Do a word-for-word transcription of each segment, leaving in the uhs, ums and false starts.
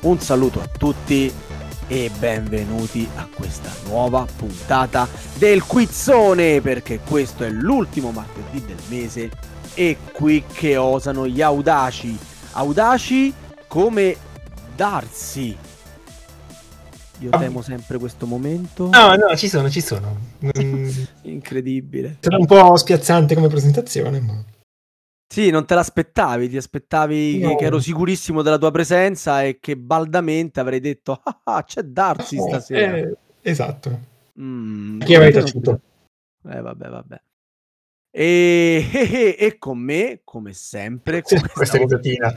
Un saluto a tutti e benvenuti a questa nuova puntata del Quizzone, perché questo è l'ultimo martedì del mese e qui che osano gli audaci, audaci come Darsi. Io temo sempre questo momento. No, no, ci sono, ci sono. Mm, Incredibile. Sarà un po' spiazzante come presentazione, ma... Sì, non te l'aspettavi, ti aspettavi No. che, che ero sicurissimo della tua presenza e che baldamente avrei detto ah, ah c'è Darsi stasera. Eh, esatto. Mm, Chi avrei io non taciuto? ti- Eh vabbè, vabbè. E, e- e con me, come sempre, Sì, questa questa volta... risatina.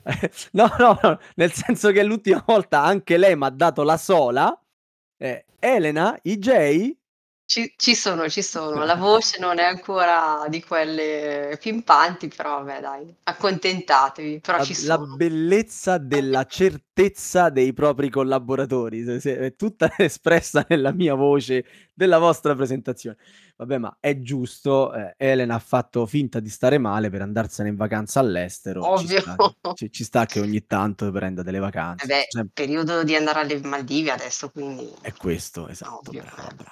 No, no, no, nel senso che l'ultima volta anche lei mi ha dato la sola. Eh, Elena, I J. Ci, ci sono, ci sono. La voce non è ancora di quelle pimpanti, però vabbè, dai, accontentatevi, però La, ci la sono. bellezza della certezza dei propri collaboratori se- se- è tutta espressa nella mia voce della vostra presentazione. Vabbè, ma è giusto, eh, Elena ha fatto finta di stare male per andarsene in vacanza all'estero. Ci Ovvio. sta, ci, ci sta che ogni tanto prenda delle vacanze. Vabbè, Cioè, periodo di andare alle Maldive adesso, quindi è questo, esatto, ovvio. brava, brava.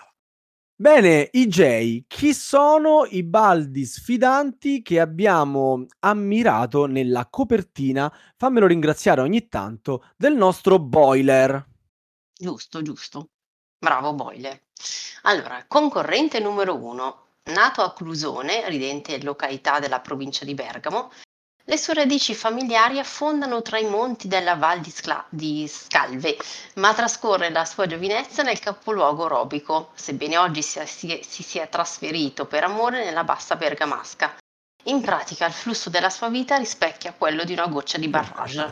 Bene, I J, chi sono i baldi sfidanti che abbiamo ammirato nella copertina? Fammelo ringraziare ogni tanto del nostro boiler. Giusto, giusto. Bravo Boile. Allora, concorrente numero uno, nato a Clusone, ridente in località della provincia di Bergamo, le sue radici familiari affondano tra i monti della Val di, Scla- di Scalve, ma trascorre la sua giovinezza nel capoluogo robico, sebbene oggi sia- si, si sia trasferito per amore nella bassa bergamasca. In pratica il flusso della sua vita rispecchia quello di una goccia di barrage.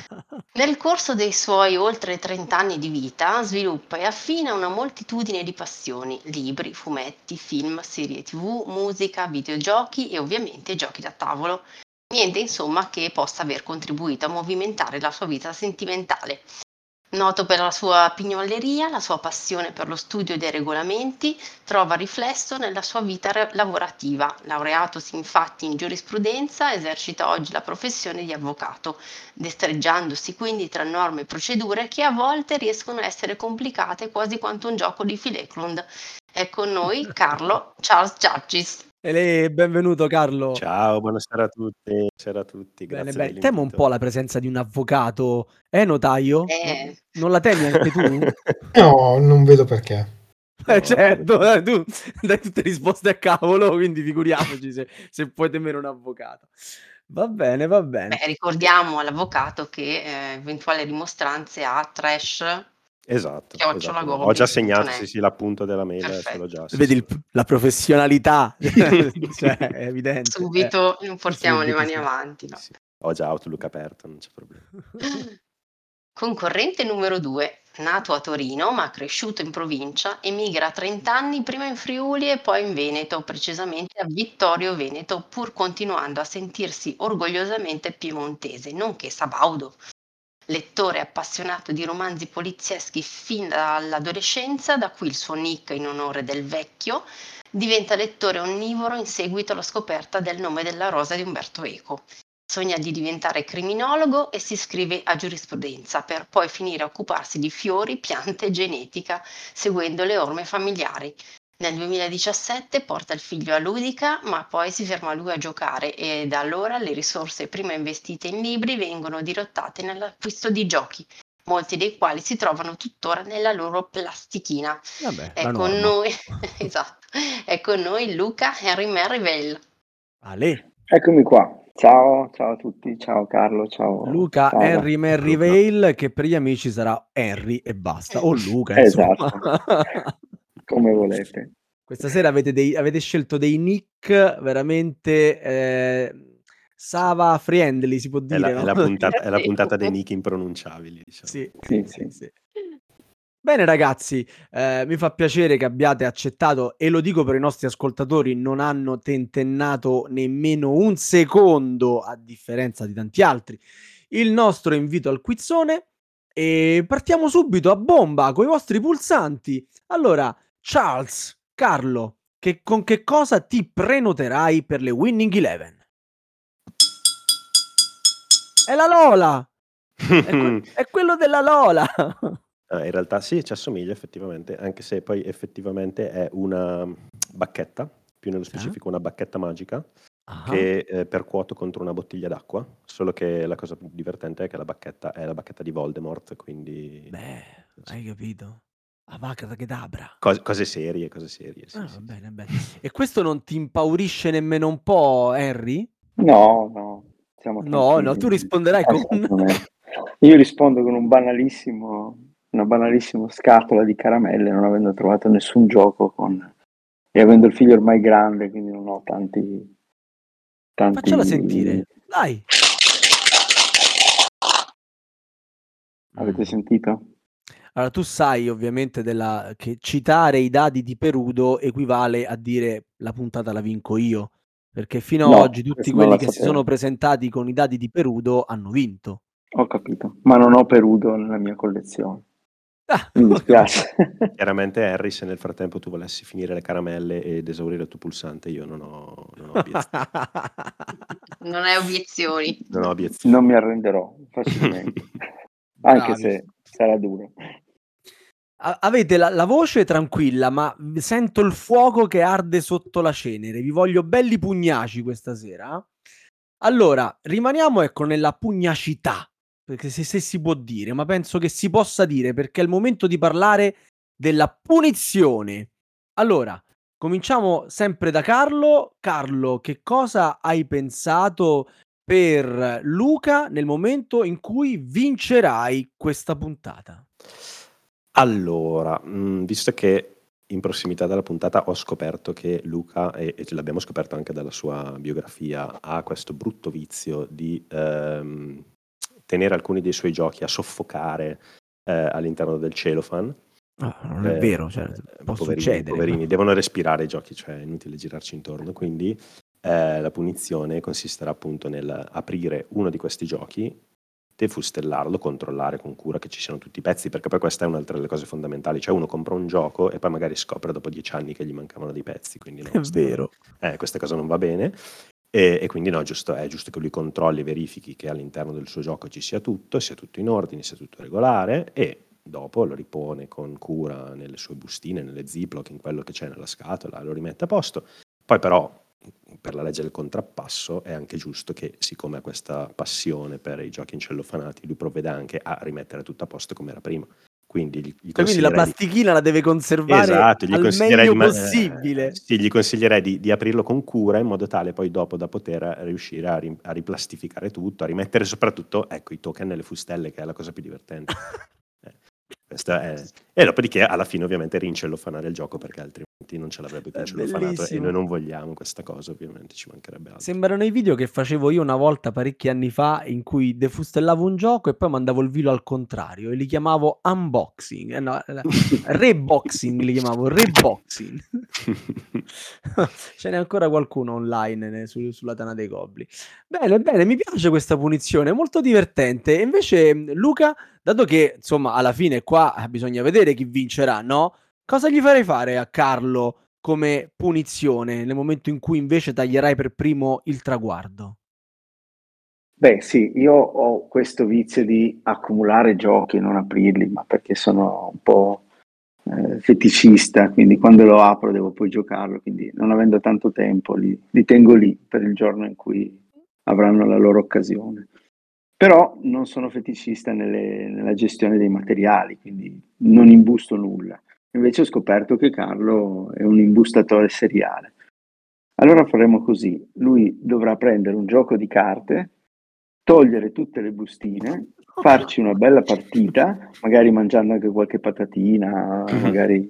Nel corso dei suoi oltre trenta anni di vita sviluppa e affina una moltitudine di passioni: libri, fumetti, film, serie tv, musica, videogiochi e ovviamente giochi da tavolo. Niente insomma che possa aver contribuito a movimentare la sua vita sentimentale. Noto per la sua pignoleria, la sua passione per lo studio dei regolamenti trova riflesso nella sua vita re- lavorativa. Laureatosi infatti in giurisprudenza, esercita oggi la professione di avvocato, destreggiandosi quindi tra norme e procedure che a volte riescono a essere complicate quasi quanto un gioco di Fileclund. È con noi Carlo Charles Judges. E lei, benvenuto Carlo. Ciao, buonasera a tutti, buonasera a tutti, Bene, grazie bene. Temo un dell'invito. po' la presenza di un avvocato, eh, notaio? Eh. Non, non la temi anche tu? No, non vedo perché. Eh, certo, eh, tu dai tutte risposte a cavolo, quindi figuriamoci se, se puoi temere un avvocato. Va bene, va bene. Beh, ricordiamo all'avvocato che eh, eventuali rimostranze a trash Esatto, chiocciola esatto. Ho goblin già punto segnato, net. sì, sì, l'appunto della mail, ce l'ho Perfetto. già. Sì, Vedi sì. il- la professionalità, cioè, è evidente. Subito non portiamo le subito, mani sì. avanti. No? Sì, ho già Outlook aperto, non c'è problema. Concorrente numero due, nato a Torino ma cresciuto in provincia, emigra a trenta anni prima in Friuli e poi in Veneto, precisamente a Vittorio Veneto, pur continuando a sentirsi orgogliosamente piemontese, nonché sabaudo. Lettore appassionato di romanzi polizieschi fin dall'adolescenza, da qui il suo nick in onore del vecchio, diventa lettore onnivoro in seguito alla scoperta del nome della rosa di Umberto Eco. Sogna di diventare criminologo e si iscrive a giurisprudenza per poi finire a occuparsi di fiori, piante e genetica, seguendo le orme familiari. Nel duemiladiciassette porta il figlio a Ludica, ma poi si ferma lui a giocare e da allora le risorse prima investite in libri vengono dirottate nell'acquisto di giochi, molti dei quali si trovano tuttora nella loro plastichina. Vabbè, È la con norma. noi, esatto, è con noi Luca Henry Merrivale. Ale. Eccomi qua. Ciao, ciao a tutti, ciao Carlo, ciao Luca Sara. Henry Merrivale, che per gli amici sarà Henry e basta, o Luca, insomma. Esatto, come volete. Questa sera avete, dei, avete scelto dei nick veramente eh, Sava friendly, si può È la, dire, è no? la puntata, è la puntata dei nick impronunciabili, diciamo. Sì, Sì, sì, sì. sì. Bene ragazzi, eh, mi fa piacere che abbiate accettato, e lo dico per i nostri ascoltatori, non hanno tentennato nemmeno un secondo, a differenza di tanti altri, il nostro invito al quizzone, e partiamo subito a bomba con i vostri pulsanti. Allora, Charles, Carlo, che, con che cosa ti prenoterai per le Winning Eleven? È la Lola! È, que- è quello della Lola. Ah, in realtà sì, ci assomiglia effettivamente, anche se poi effettivamente è una bacchetta, più nello Sì? specifico una bacchetta magica, Ah, che eh, percuoto contro una bottiglia d'acqua, solo che la cosa più divertente è che la bacchetta è la bacchetta di Voldemort, quindi beh, hai capito? Avacada Kedavra. cose, cose serie, cose serie, sì, Ah, sì, va sì. bene, bene. E questo non ti impaurisce nemmeno un po', Harry? No, no, siamo No, no, tranquilli. tu risponderai con... Assolutamente. Io rispondo con un banalissimo, una banalissima scatola di caramelle, non avendo trovato nessun gioco con... e avendo il figlio ormai grande, quindi non ho tanti... Faccela tanti... sentire, dai. Avete Mm. sentito? Allora, tu sai ovviamente della... che citare i dadi di Perudo equivale a dire la puntata la vinco io, perché fino ad No, oggi tutti questo non quelli la che si sono sapevo. presentati con i dadi di Perudo hanno vinto. Ho capito, ma non ho Perudo nella mia collezione. Ah, Mi ho capito. dispiace. Chiaramente Harry, se nel frattempo tu volessi finire le caramelle ed esaurire il tuo pulsante, io non ho, non ho obiezioni. Non hai obiezioni. Non ho obiezioni. Non mi arrenderò facilmente, anche Bravi. se sarà duro. A- avete la, la voce tranquilla, ma v- sento il fuoco che arde sotto la cenere. Vi voglio belli pugnaci questa sera. Allora, rimaniamo ecco nella pugnacità, perché se, se si può dire, ma penso che si possa dire perché è il momento di parlare della punizione. Allora, cominciamo sempre da Carlo. Carlo, che cosa hai pensato per Luca nel momento in cui vincerai questa puntata? Allora, mh, visto che in prossimità della puntata ho scoperto che Luca, e, e ce l'abbiamo scoperto anche dalla sua biografia, ha questo brutto vizio di ehm, tenere alcuni dei suoi giochi a soffocare eh, all'interno del cellophane. Ah, non è Eh, vero, cioè, eh, può poverini, succedere. poverini, devono respirare i giochi, cioè è inutile girarci intorno. Quindi eh, la punizione consisterà appunto nel aprire uno di questi giochi, defustellarlo, controllare con cura che ci siano tutti i pezzi, perché poi questa è un'altra delle cose fondamentali, cioè uno compra un gioco e poi magari scopre dopo dieci anni che gli mancavano dei pezzi, quindi no, È questa, vero. eh, questa cosa non va bene. E, e quindi no, giusto, è giusto che lui controlli e verifichi che all'interno del suo gioco ci sia tutto, sia tutto in ordine, sia tutto regolare, e dopo lo ripone con cura nelle sue bustine, nelle ziploc, in quello che c'è nella scatola, lo rimette a posto. Poi però, per la legge del contrappasso, è anche giusto che, siccome ha questa passione per i giochi incellofanati, lui provveda anche a rimettere tutto a posto come era prima. Quindi gli, gli Cioè, quindi la consiglierei di... plastichina la deve conservare Esatto, gli al consiglierei meglio di, ma- eh, possibile. sì, gli consiglierei di, di aprirlo con cura in modo tale poi dopo da poter riuscire a, ri- a riplastificare tutto, a rimettere soprattutto, ecco, i token nelle fustelle, che è la cosa più divertente. Eh, questa è... E dopodiché alla fine ovviamente rincellofanare il gioco, perché altrimenti non ce l'avrebbe più È incellofanato, e bellissimo. noi non vogliamo questa cosa, ovviamente, ci mancherebbe altro. Sembrano i video che facevo io una volta parecchi anni fa in cui defustellavo un gioco e poi mandavo il video al contrario e li chiamavo unboxing, eh, no, eh, reboxing li chiamavo, reboxing. Ce n'è ancora qualcuno online ne- su- sulla Tana dei Gobli. Bene, bene, mi piace questa punizione, molto divertente. E invece Luca, dato che insomma alla fine qua eh, bisogna vedere chi vincerà, no? Cosa gli farei fare a Carlo come punizione nel momento in cui invece taglierai per primo il traguardo? Beh, sì, io ho questo vizio di accumulare giochi e non aprirli, ma perché sono un po' eh, feticista, quindi quando lo apro devo poi giocarlo, quindi non avendo tanto tempo li, li tengo lì per il giorno in cui avranno la loro occasione. Però non sono feticista nelle- nella gestione dei materiali, quindi non imbusto nulla. Invece ho scoperto che Carlo è un imbustatore seriale. Allora faremo così: lui dovrà prendere un gioco di carte, togliere tutte le bustine, farci una bella partita, magari mangiando anche qualche patatina, magari,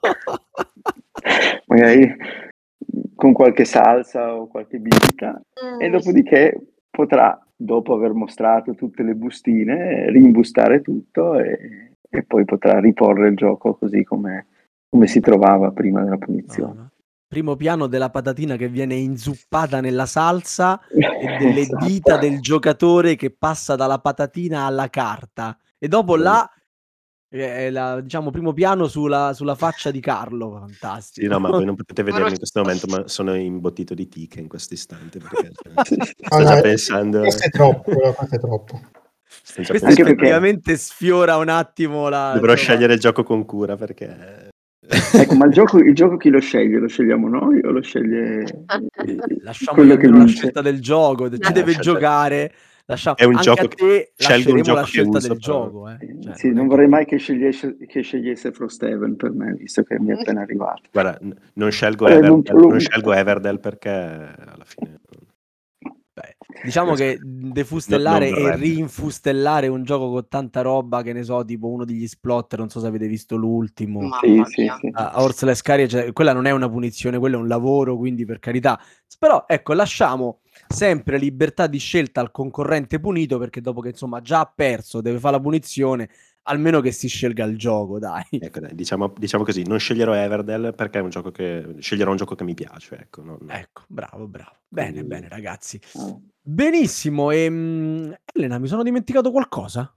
magari con qualche salsa o qualche bibita, e dopodiché potrà, dopo aver mostrato tutte le bustine, rimbustare tutto e, e poi potrà riporre il gioco così come, come si trovava prima della punizione. Ah, primo piano della patatina che viene inzuppata nella salsa e delle Esatto. dita del giocatore che passa dalla patatina alla carta. E dopo là, eh, la, diciamo, primo piano sulla, sulla faccia di Carlo. Sì, Fantastico. no, ma voi non potete vedermi in questo momento, ma sono imbottito di tic in questo istante, perché cioè, Sì, sì. sto No, già dai, pensando... questo è troppo, però, questo è troppo. Sto già Questo Anche pensando- perché- effettivamente sfiora un attimo la... Dovrò insomma, scegliere il gioco con cura perché... Ecco, ma il gioco, il gioco chi lo sceglie? Lo scegliamo noi o lo sceglie eh, lasciamo quello che almeno la vince? scelta del gioco, ci Dai. deve Scelta- giocare, lasciamo... È un anche gioco a che- te scelgo un lasceremo gioco la che scelta uso, del però- gioco. Eh. Eh, Cioè, sì, non è non che vorrei tu- mai che scegliesse, che scegliesse Frosthaven per me, visto che mi è appena arrivato. Guarda, n- non scelgo Eh, non Everdell, c'ho lungo. non scelgo Everdell perché alla fine... Beh, diciamo Questo- che defustellare non e vorrebbe. rinfustellare un gioco con tanta roba, che ne so, tipo uno degli Splotter, non so se avete visto l'ultimo. Mamma Sì, sì, mia. sì. A Horseless Carrier, cioè, quella non è una punizione, quello è un lavoro, quindi per carità. Però ecco, lasciamo sempre libertà di scelta al concorrente punito, perché dopo che insomma già ha perso, deve fare la punizione, almeno che si scelga il gioco, dai. Ecco, dai, diciamo, diciamo così, non sceglierò Everdell perché è un gioco che... sceglierò un gioco che mi piace, ecco. non- Ecco, bravo, bravo. Bene, Quindi- bene, ragazzi. Ah. Benissimo. E, Elena, mi sono dimenticato qualcosa?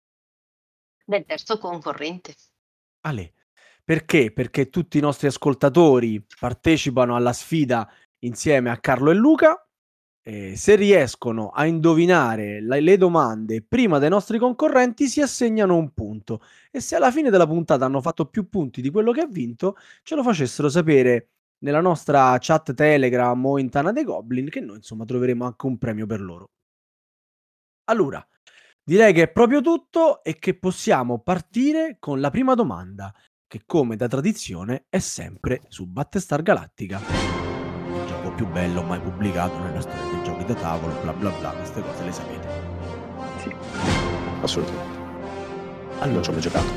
Del terzo concorrente. Ale. Perché? Perché tutti i nostri ascoltatori partecipano alla sfida insieme a Carlo e Luca. E se riescono a indovinare la- le domande prima dei nostri concorrenti, si assegnano un punto. E se alla fine della puntata hanno fatto più punti di quello che ha vinto, ce lo facessero sapere nella nostra chat Telegram o in Tana dei Goblin, che noi insomma troveremo anche un premio per loro. Allora, direi che è proprio tutto e che possiamo partire con la prima domanda, che come da tradizione è sempre su Battlestar Galactica, il gioco più bello mai pubblicato nella storia dei giochi da tavolo, bla bla bla, queste cose le sapete. Sì. Assolutamente. Allora, Non ci ho mai giocato.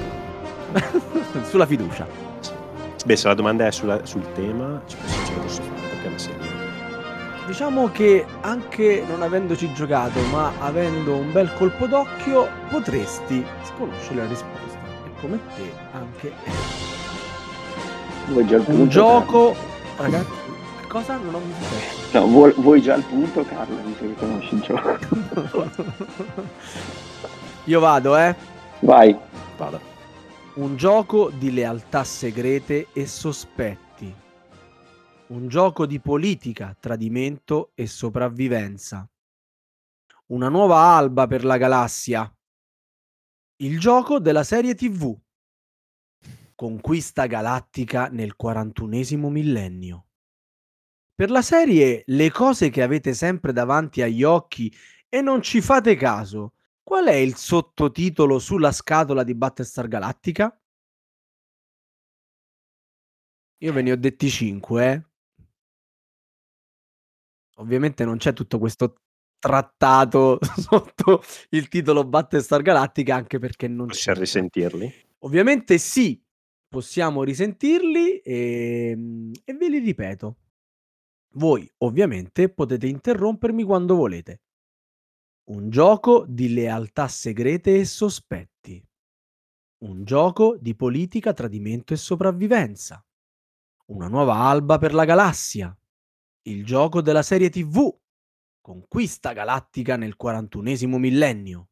sulla fiducia. Beh, se la domanda è sulla- sul tema, ce ce la posso fare perché è una serie. Diciamo che anche non avendoci giocato, ma avendo un bel colpo d'occhio, potresti sconoscere la risposta. E come te anche Vuoi già il punto, un gioco, ragazzi, cosa non ho visto? Carlo? No, vuoi, vuoi già il punto, Carlo, visto che conosci il gioco? Io vado, eh. Vai. Vada. Un gioco di lealtà segrete e sospetti. Un gioco di politica, tradimento e sopravvivenza. Una nuova alba per la galassia. Il gioco della serie tivù. Conquista galattica nel quarantunesimo millennio. Per la serie Le cose che avete sempre davanti agli occhi e non ci fate caso, qual è il sottotitolo sulla scatola di Battlestar Galactica? Io ve ne ho detti cinque, eh. Ovviamente non c'è tutto questo trattato sotto il titolo Battlestar Galactica, anche perché non Possiamo c'entra. risentirli? Ovviamente sì, possiamo risentirli e, e ve li ripeto. Voi ovviamente potete interrompermi quando volete. Un gioco di lealtà segrete e sospetti. Un gioco di politica, tradimento e sopravvivenza. Una nuova alba per la galassia. Il gioco della serie tivù. Conquista galattica nel quarantunesimo millennio.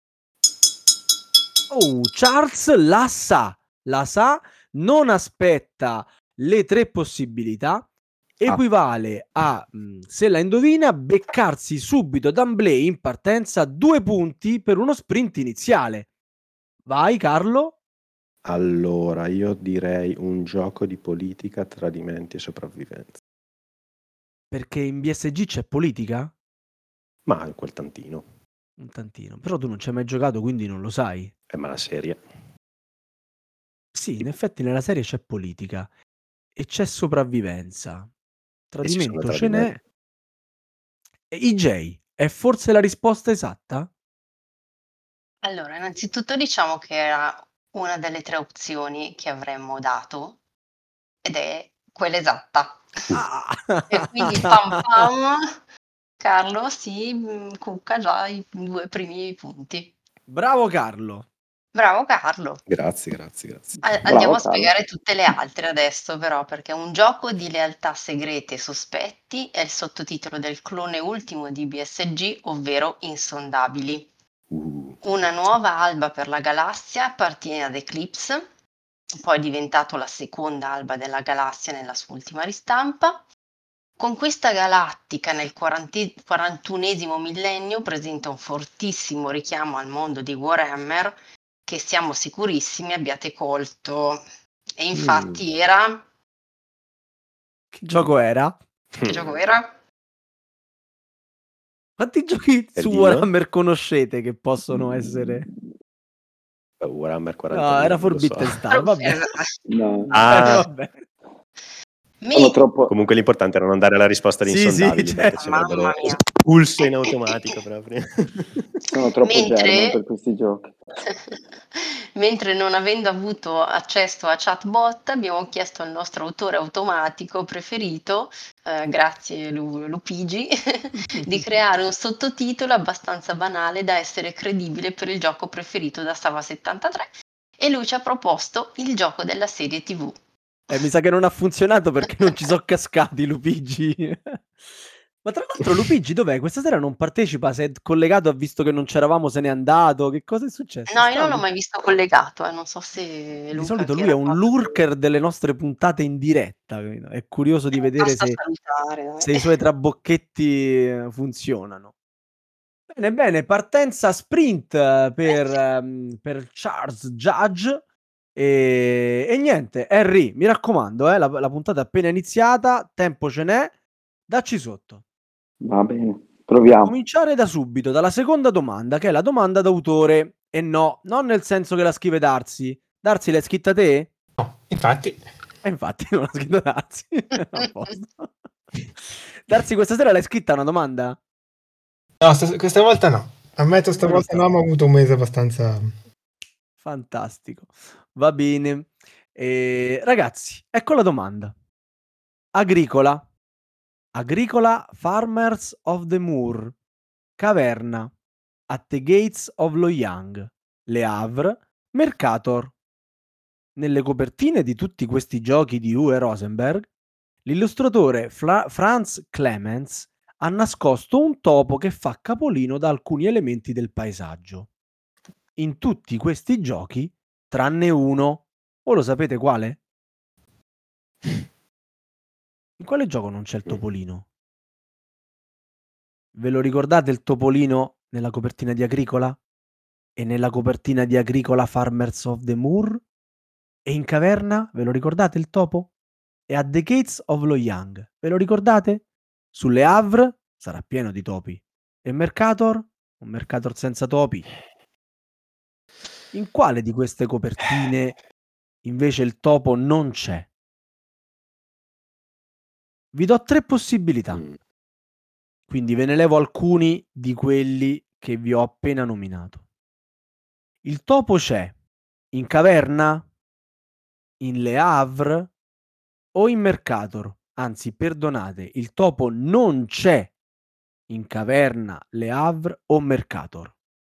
Oh, Charles la sa, la sa, non aspetta le tre possibilità, equivale a, mh, se la indovina, beccarsi subito d'amblè in partenza due punti per uno sprint iniziale. Vai Carlo. Allora, io direi un gioco di politica, tradimenti e sopravvivenza. Perché in B S G c'è politica? Ma quel tantino. Un tantino. Però tu non ci hai mai giocato, quindi non lo sai. Eh, ma la serie. Sì, in effetti nella serie c'è politica e c'è sopravvivenza. E ci sono Tradimento ce n'è. tradimenti. E I J, è forse la risposta esatta? Allora, innanzitutto diciamo che era una delle tre opzioni che avremmo dato ed è quella esatta. Ah! E quindi pam pam, Carlo si mm, cucca già i due primi punti. Bravo Carlo. Bravo Carlo. Grazie, grazie, grazie. A- Bravo, Andiamo a Carlo. spiegare tutte le altre adesso, però, perché un gioco di lealtà segrete e sospetti è il sottotitolo del clone ultimo di B S G, ovvero Insondabili. Uh, Una nuova alba per la galassia appartiene ad Eclipse, poi è diventato la seconda alba della galassia nella sua ultima ristampa. Con questa galattica nel quaranti quarantunesimo millennio presenta un fortissimo richiamo al mondo di Warhammer che siamo sicurissimi abbiate colto. E infatti Mm. era... Che gioco era? Che gioco era? Quanti giochi Per su dillo? Warhammer conoscete che possono essere? Eh, Warhammer No, quarantamila, era non lo so. Forbidden Star, vabbè. No. Bene, Ah, vabbè. Sono Me- troppo... comunque l'importante era non dare la risposta agli Sì, sì, insondabili, perché certo. ci avrebbero Mamma mia. espulso in automatico proprio. Sono troppo Mentre- germo per questi giochi. Mentre non avendo avuto accesso a chatbot abbiamo chiesto al nostro autore automatico preferito, eh, grazie Lu- Lupigi, di creare un sottotitolo abbastanza banale da essere credibile per il gioco preferito da Sava settantatré e lui ci ha proposto il gioco della serie tivù. Eh, mi sa che non ha funzionato perché non ci sono cascati Lupigi. Ma tra l'altro Lupigi dov'è? Questa sera non partecipa, si è collegato, ha visto che non c'eravamo, se n'è andato. Che cosa è successo? No, io Sta non l'ho lì? mai visto collegato, eh, non so se Di Luca solito che lui è era un qua- lurker delle nostre puntate in diretta, capito? È curioso di vedere Basta se, salutare, dai. se i suoi trabocchetti eh, funzionano. Bene, bene, partenza sprint eh, per, ehm, per Charles Judge. E, e niente, Henry, mi raccomando, eh, la, la puntata è appena iniziata, tempo ce n'è, dacci sotto. Va bene, Per proviamo. cominciare da subito, dalla seconda domanda, che è la domanda d'autore. E no, non nel senso che la scrive Darsi. Darsi l'hai scritta te? No, infatti. E infatti non l'ha scritta Darsi. A posto. Darsi, questa sera l'hai scritta una domanda? No, st- questa volta no. Ammetto stavolta no, ma ho avuto un mese abbastanza... Fantastico. Va bene. Eh, ragazzi, ecco la domanda. Agricola. Agricola Farmers of the Moor. Caverna. At the Gates of Loyang. Le Havre. Mercator. Nelle copertine di tutti questi giochi di Uwe Rosenberg, l'illustratore Fla- Franz Clemens ha nascosto un topo che fa capolino da alcuni elementi del paesaggio. In tutti questi giochi, tranne uno. O lo sapete quale? In quale gioco non c'è il topolino? Ve lo ricordate il topolino nella copertina di Agricola? E nella copertina di Agricola Farmers of the Moor? E in Caverna, ve lo ricordate il topo? E a The Gates of Loyang, ve lo ricordate? Sulle Havre sarà pieno di topi. E Mercator? Un Mercator senza topi. In quale di queste copertine invece il topo non c'è? Vi do tre possibilità. Mm. Quindi ve ne levo alcuni di quelli che vi ho appena nominato. Il topo c'è in Caverna, in Le Havre o in Mercator. Anzi, perdonate, il topo non c'è in Caverna, Le Havre o Mercator.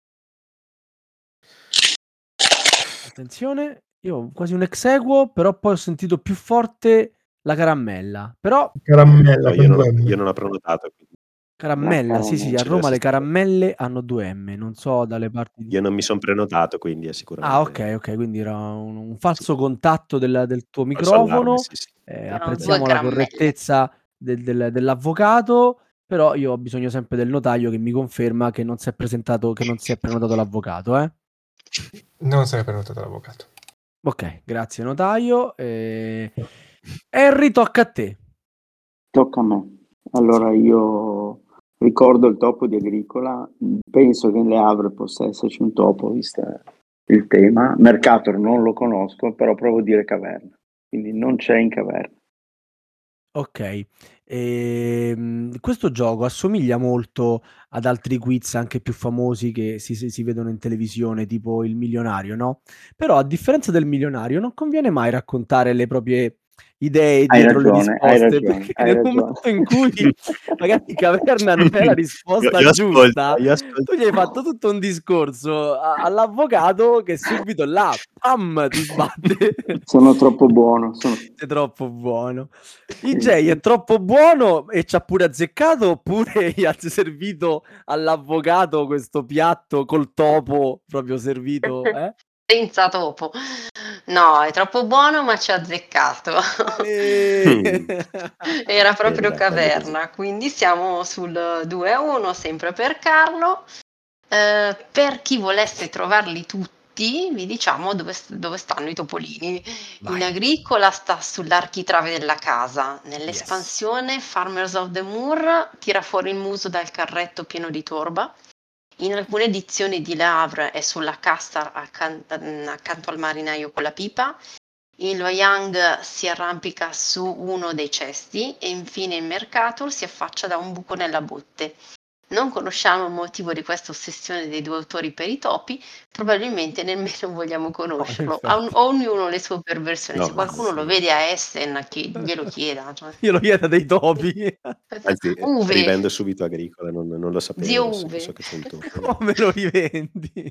Attenzione, io ho quasi un ex equo, però poi ho sentito più forte la caramella. Però Caramella No, con io, non ho, due M. io non ho prenotato, quindi caramella, La sì, sì, a caramella. ci deve Roma le essere stato. caramelle hanno due M, non so dalle parti di... Io non mi sono prenotato, quindi è Ah, sicuramente ok, ok, quindi era un, un falso contatto del, del tuo falso allarme, microfono. sì, sì. Eh, Erano due apprezziamo la caramelle. correttezza del- del- dell'avvocato, però io ho bisogno sempre del notaio che mi conferma che non si è presentato, che non si è prenotato l'avvocato, eh? Non se ne è prenotato l'avvocato. Ok, grazie notaio. Eh... Henry, tocca a te. Tocca a me. Allora io ricordo il topo di Agricola, penso che in Le Havre possa esserci un topo, visto il tema. Mercator non lo conosco, però provo a dire Caverna, quindi non c'è in Caverna. Ok, ehm, questo gioco assomiglia molto ad altri quiz anche più famosi che si, si- si vedono in televisione, tipo il milionario, no? Però a differenza del milionario non conviene mai raccontare le proprie idee Hai dietro le ragione, hai risposte, ragione, perché hai nel ragione. momento in cui magari Caverna non è la Io, risposta io ascolto, giusta, io ascolto. tu gli hai fatto tutto un discorso a- all'avvocato che subito là, pam, ti sbatte. Sono troppo buono. Sono... Sei troppo buono. Sì, I J è sì. troppo buono e ci ha pure azzeccato oppure gli ha servito all'avvocato questo piatto col topo proprio servito, eh? senza topo. No, è troppo buono, ma ci ha azzeccato. Ale! Era Bene, proprio dai, meglio così. caverna, quindi siamo sul due a uno, sempre per Carlo. Eh, per chi volesse trovarli tutti, vi diciamo dove, st- dove stanno i topolini. In Vai. agricola sta sull'architrave della casa. Yes. Nell'espansione Farmers of the Moor tira fuori il muso dal carretto pieno di torba. In alcune edizioni di Le Havre è sulla cassa accan- accanto al marinaio con la pipa. In Loyang si arrampica su uno dei cesti e infine in Mercator si affaccia da un buco nella botte. Non conosciamo il motivo di questa ossessione dei due autori per i topi, probabilmente nemmeno vogliamo conoscerlo. Ha un- infatti. ognuno le sue perversioni. No, Se qualcuno lo sì. vede a Essen, che glielo chieda. Cioè. Io lo chiedo dei topi. Anzi, eh, Uve, rivendo subito Agricola, non, non lo sapevo, zio so, Uve. so che c'è un topo. Come lo rivendi?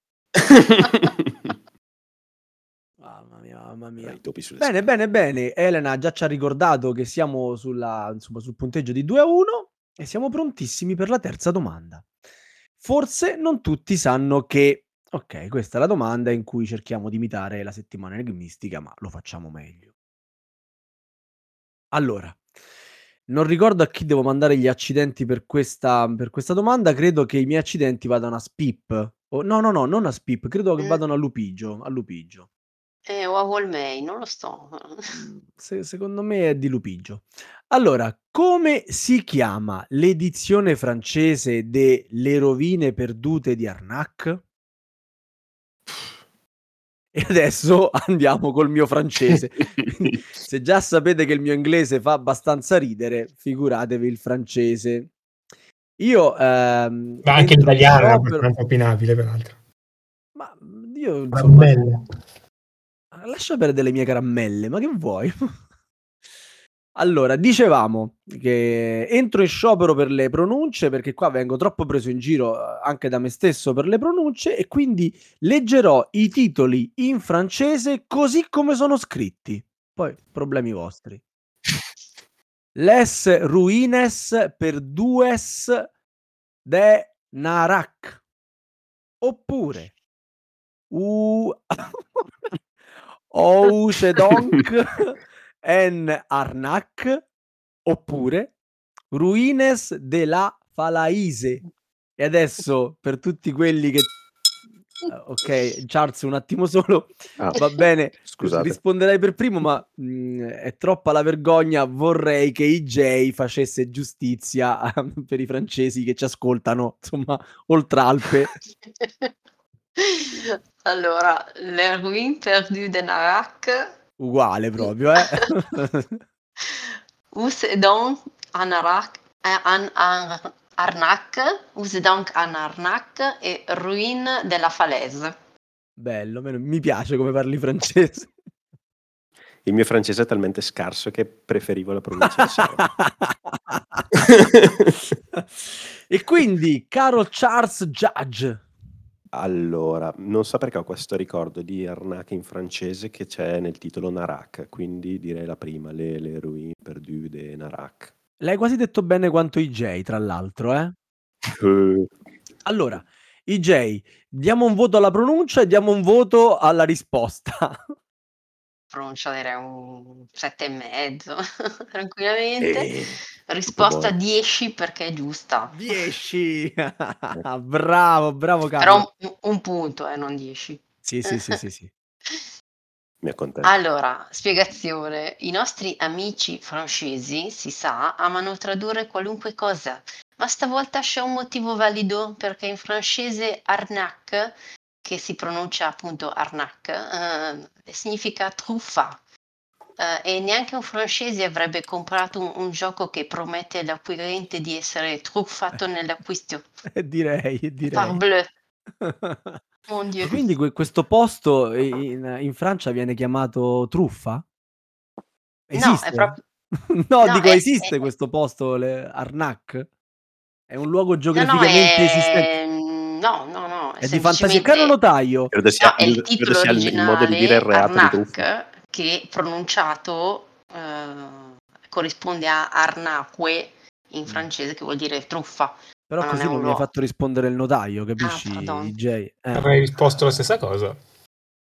Mamma mia, mamma Tra mia. i topi sulle Bene, spalle. bene, bene. Elena già ci ha ricordato che siamo sulla, insomma, sul punteggio di due a uno e siamo prontissimi per la terza domanda. Forse non tutti sanno che... Ok, questa è la domanda in cui cerchiamo di imitare la settimana enigmistica, ma lo facciamo meglio. Allora, non ricordo a chi devo mandare gli accidenti per questa, per questa domanda. Credo che i miei accidenti vadano a Spip. O, no, no, no, non a Spip. Credo che Mm, vadano a Lupigio. A Lupigio. eh, o a Volmei, non lo so. Mhmm, se secondo me è di Lupigio. Allora, come si chiama l'edizione francese de Le rovine perdute di Arnac? E adesso andiamo col mio francese. Quindi, se già sapete che il mio inglese fa abbastanza ridere, figuratevi il francese. Io, ehm, Ma anche entro in l'italiano è sciopero abbastanza opinabile, peraltro. ma, mhmm, io insomma Caramelle. Ah, lascia perdere le mie caramelle, ma che vuoi? Allora, dicevamo che entro in sciopero per le pronunce, perché qua vengo troppo preso in giro, uhm, anche da me stesso per le pronunce e quindi leggerò i titoli in francese così come sono scritti. Poi problemi vostri. Les ruines perdues de Narac. Oppure U Ouche donc en Arnac, oppure Ruines de la Falaise. E adesso per tutti quelli che uh, ok, Charles un attimo solo, Ah, va bene, scusate. risponderei per primo, ma mh, è troppa la vergogna. Vorrei che I J facesse giustizia per i francesi che ci ascoltano, insomma, oltralpe. Allora, Le Ruines perdues de Narac. Uguale proprio, eh. Où c'est donc en Arak, en, en Arnac, où c'est donc en Arnac e Ruine della Falaise. Bello, meno- mi piace come parli francese. Il mio francese è talmente scarso che preferivo la pronuncia di Sara. E quindi, caro Charles Judge, Allora, non so perché ho questo ricordo di Arnac in francese che c'è nel titolo Narac, quindi direi la prima, le, le ruine perdue de Narac. l'hai quasi detto bene quanto I J, tra l'altro, eh? Eh, Allora, I J, diamo un voto alla pronuncia e diamo un voto alla risposta. Pronuncia direi un sette e mezzo, tranquillamente. Eh, Risposta buono. dieci perché è giusta. dieci! Bravo, bravo Però Carlo. un, un punto, eh, non dieci. Sì, sì, sì, sì, sì. Mi accontento. Allora, spiegazione. I nostri amici francesi, si sa, amano tradurre qualunque cosa, ma stavolta c'è un motivo valido perché in francese arnaque, che si pronuncia appunto arnaque, eh, significa truffa. Eh, e neanche un francese avrebbe comprato un, un gioco che promette all'acquirente di essere truffato nell'acquisto. Eh, direi, direi. Parbleu, mon Dieu. E quindi que- questo posto in, in Francia viene chiamato truffa? No, è Esiste? proprio... No, No, dico, è, esiste è- questo posto, le- Arnac? È un luogo no, no, geograficamente esistente? è... No, no, no, è È di fantasia. Caro semplicemente... notaio, Credo sia, No, è il credo titolo sia il, il modo di dire il originale, reato di truffa. Arnac, che pronunciato eh, corrisponde a Arnaque in Mm. francese, che vuol dire truffa, però ma non è così non un mi hai luogo. fatto rispondere il notaio, Ah, capisci, pardon. I J? Eh. Avrei risposto la stessa cosa.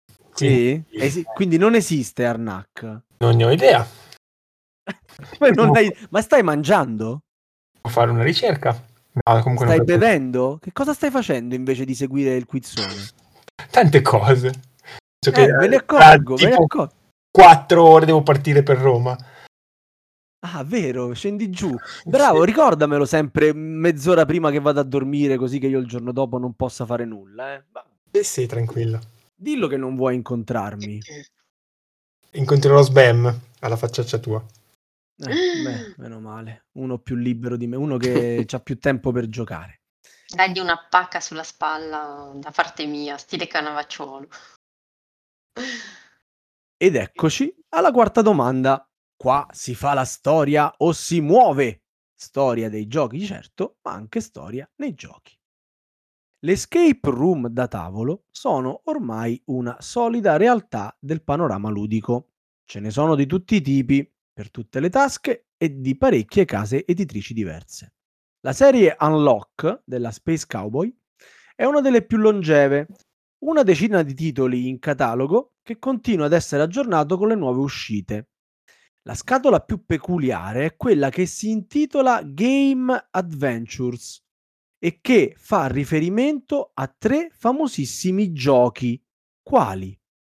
Sì? Quindi, Esi- quindi non esiste Arnak. non ne ho idea. Poi non hai- Ma stai mangiando? Devo fare una ricerca. No, comunque Stai non penso- bevendo? Che cosa stai facendo invece di seguire il quizzone? Tante cose. So che, Eh, me ne eh, accorgo, tra me ne tipo accorgo. quattro ore devo partire per Roma. Ah, vero, scendi giù. Bravo, ricordamelo sempre mezz'ora prima che vado a dormire, così che io il giorno dopo non possa fare nulla. Eh. Ma Sì, sì, tranquillo. dillo che non vuoi incontrarmi. Incontrerò Sbam alla facciaccia tua. Eh, beh, meno male. Uno più libero di me, uno che ha più tempo per giocare. Dagli una pacca sulla spalla da parte mia, stile Cannavacciuolo. Ed eccoci alla quarta domanda. Qua si fa la storia o si muove? Storia dei giochi, certo, ma anche storia nei giochi. Le escape room da tavolo sono ormai una solida realtà del panorama ludico. Ce ne sono di tutti i tipi, per tutte le tasche e di parecchie case editrici diverse. La serie Unlock della Space Cowboy è una delle più longeve, una decina di titoli in catalogo che continua ad essere aggiornato con le nuove uscite. La scatola più peculiare è quella che si intitola Game Adventures e che fa riferimento a tre famosissimi giochi. Quali?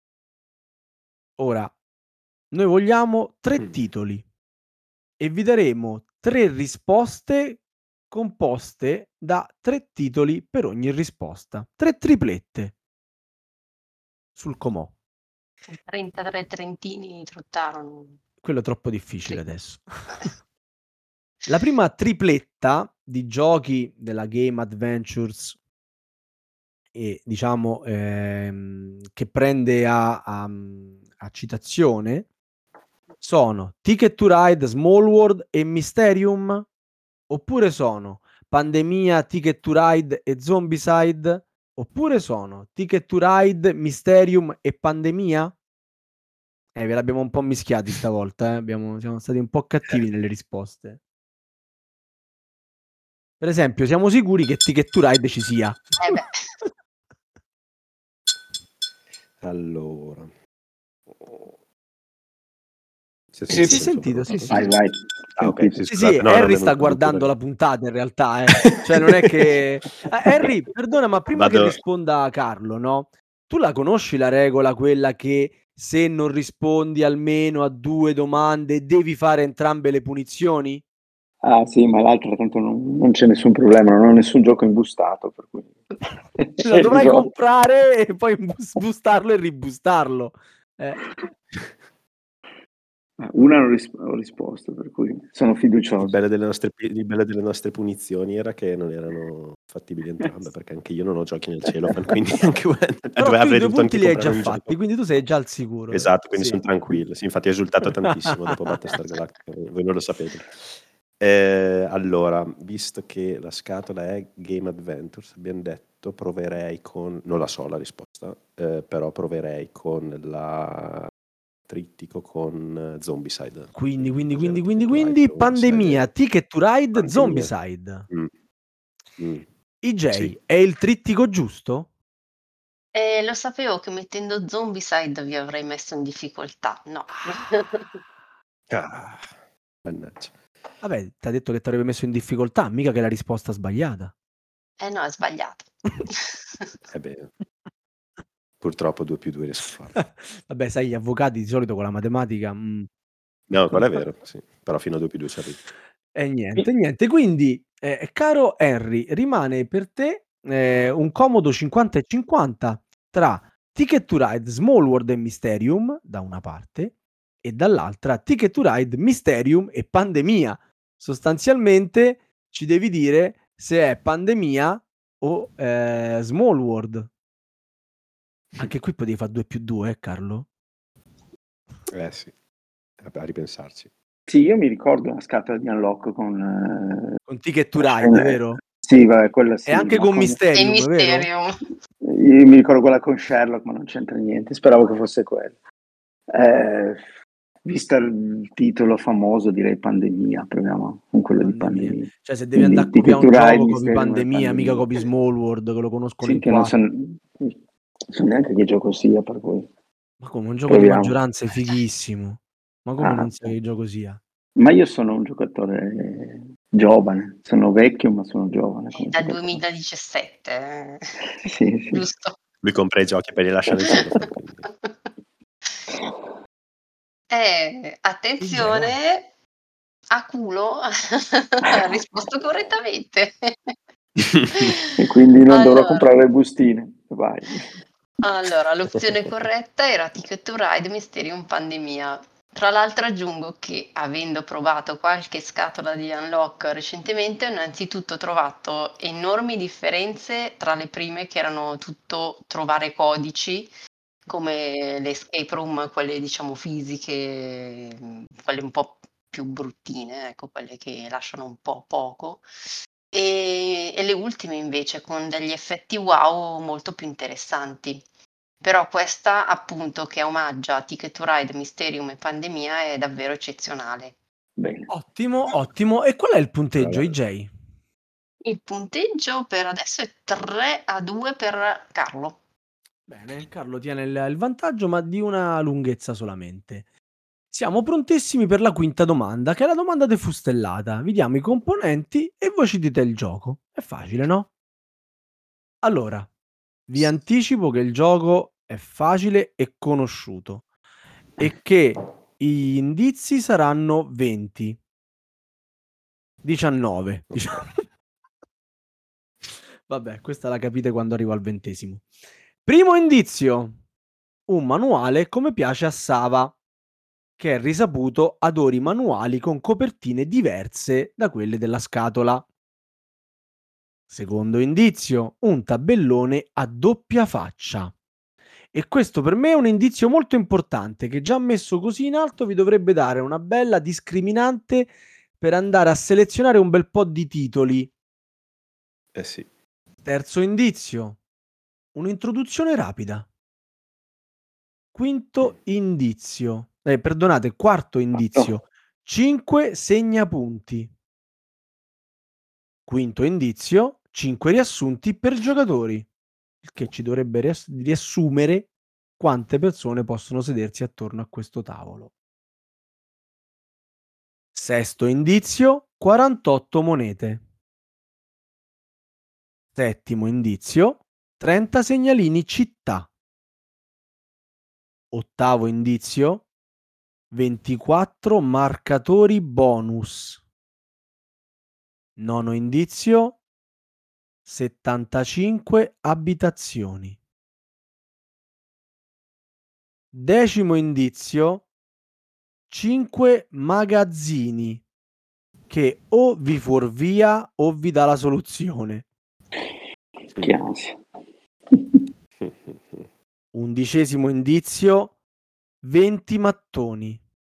Ora, noi vogliamo tre Mm. titoli e vi daremo tre risposte composte da tre titoli per ogni risposta. Tre triplette sul comò. trentatré trentini trottarono. Quello è troppo difficile Sì. adesso. La prima tripletta di giochi della Game Adventures e diciamo ehm, che prende a, a, a citazione sono Ticket to Ride, Small World e Mysterium, oppure sono Pandemia, Ticket to Ride e Zombicide, oppure sono Ticket to Ride, Mysterium e Pandemia? Eh, ve l'abbiamo un po' mischiati stavolta, eh? Abbiamo, siamo stati un po' cattivi nelle risposte. Per esempio, siamo sicuri che Ticket to Ride ci sia. Eh beh. Allora. Si è Sì, Si è sentito? sentito, sì, sì. Vai, vai. Ah, ok, Sentito. sì, Sì, scusate. sì, No, non Harry avevo sta il conduttore guardando lì. la puntata in realtà, eh. Cioè non è che... Ah, Harry, perdona, ma prima che Vado- risponda Carlo, no? Tu la conosci la regola, quella che se non rispondi almeno a due domande devi fare entrambe le punizioni? Ah sì, ma l'altro tanto non, non c'è nessun problema, non ho nessun gioco imbustato, per cui... Lo dovrai risolto. comprare e poi bus- bustarlo e ribustarlo. Eh. Una non ris- ho risposto, per cui sono Il fiducioso. bello, delle nostre, il bello delle nostre punizioni era che non erano fattibili entrambe, perché anche io non ho giochi nel cellophane, quindi anche Però tu i avrei due dovuto punti anche li hai comprare già un fatti, gioco. quindi tu sei già al sicuro. Esatto, quindi Sì. sono tranquillo. Sì, infatti ho esultato tantissimo dopo Battlestar Galactica, voi non lo sapete. Eh, allora, visto che la scatola è Game Adventures, abbiamo detto proverei con, non la so la risposta, eh, però proverei con la trittico con Zombicide. Quindi, quindi, Cos'era? quindi, quindi, Ticket to quindi, Ride, pandemia, Zombicide? Ticket to Ride, Pandemia. Zombicide. Mm. Mm. I J, Sì. è il trittico giusto? Eh, lo sapevo che mettendo Zombicide vi avrei messo in difficoltà. No. Ah, mannaggia. Vabbè, ti ha detto che ti avrebbe messo in difficoltà, mica che è la risposta sbagliata. Eh no, è sbagliato. Eh beh, purtroppo due più due riesco a farlo. Vabbè, sai, gli avvocati di solito con la matematica... mm. No, quello è vero, sì. Però fino a due più due ci arrivo. E niente, niente. Quindi, eh, caro Henry, rimane per te eh, un comodo cinquanta e cinquanta tra Ticket to Ride, Small World e Mysterium, da una parte, e dall'altra Ticket to Ride, Mysterium e Pandemia. Sostanzialmente ci devi dire se è Pandemia o eh, Small World. Anche qui potevi fare due più due, eh, Carlo? Eh sì, a a ripensarci. Sì, io mi ricordo una scatola di Unlock con... eh, Con Ticket to la Ride, scena- vero? Sì, vabbè, quella sì. E anche ma con con- E Mysterium, vero? Mysterium. Io mi ricordo quella con Sherlock, ma non c'entra niente. Speravo che fosse quella. Eh, vista il titolo famoso, direi Pandemia. Proviamo con quello di Pandemia. Pandemia. Cioè, se devi andare a Quindi, copiare un Ticket to Ride, gioco, copi Mysterium e Pandemia, mica Pandemia. copi Small World, che lo conoscono Sì, in che non quattro. so, non so neanche che gioco sia, per cui... Ma come, un gioco di Proviamo. maggioranze fighissimo. Ma come Ah, non sai ok. che gioco sia? Ma io sono un giocatore giovane, sono vecchio ma sono giovane È come dal giocatore. duemiladiciassette, eh. Sì, sì. Giusto? Lui compra i giochi poi li lascia nel solo. Eh, attenzione, a culo ha risposto correttamente. E quindi non dovrò Allora, comprare bustine. Vai. allora, l'opzione corretta era Ticket to Ride Mysterium Pandemia. Tra l'altro aggiungo che, avendo provato qualche scatola di Unlock recentemente, ho innanzitutto trovato enormi differenze tra le prime, che erano tutto trovare codici, come le escape room, quelle diciamo fisiche, mh, quelle un po' più bruttine, ecco, quelle che lasciano un po' poco, e, e le ultime invece con degli effetti wow molto più interessanti. Però questa, appunto, che omaggia Ticket to Ride, Mysterium e Pandemia, è davvero eccezionale. Bene. Ottimo, ottimo. E qual è il punteggio, Bravo. I J? Il punteggio per adesso è tre a due per Carlo. Bene, Carlo tiene il, il vantaggio, ma di una lunghezza solamente. Siamo prontissimi per la quinta domanda, che è la domanda defustellata. Vi diamo i componenti e voi ci dite il gioco. È facile, no? Allora, vi anticipo che il gioco è facile e conosciuto e che gli indizi saranno venti. diciannove. Diciamo. Vabbè, questa la capite quando arrivo al ventesimo. Primo indizio. Un manuale come piace a Sava, che è risaputo adori manuali con copertine diverse da quelle della scatola. Secondo indizio, un tabellone a doppia faccia. E questo per me è un indizio molto importante che, già messo così in alto, vi dovrebbe dare una bella discriminante per andare a selezionare un bel po' di titoli. Eh sì. Terzo indizio, un'introduzione rapida. Quinto indizio, eh, perdonate, quarto indizio, cinque segnapunti. Quinto indizio, cinque riassunti per giocatori, il che ci dovrebbe riass- riassumere quante persone possono sedersi attorno a questo tavolo. Sesto indizio, quarantotto monete. Settimo indizio, trenta segnalini città. Ottavo indizio, ventiquattro marcatori bonus. Nono indizio, settantacinque abitazioni. Decimo indizio, cinque magazzini che o vi fuorvia o vi dà la soluzione. Che ansia. Undicesimo indizio, venti mattoni.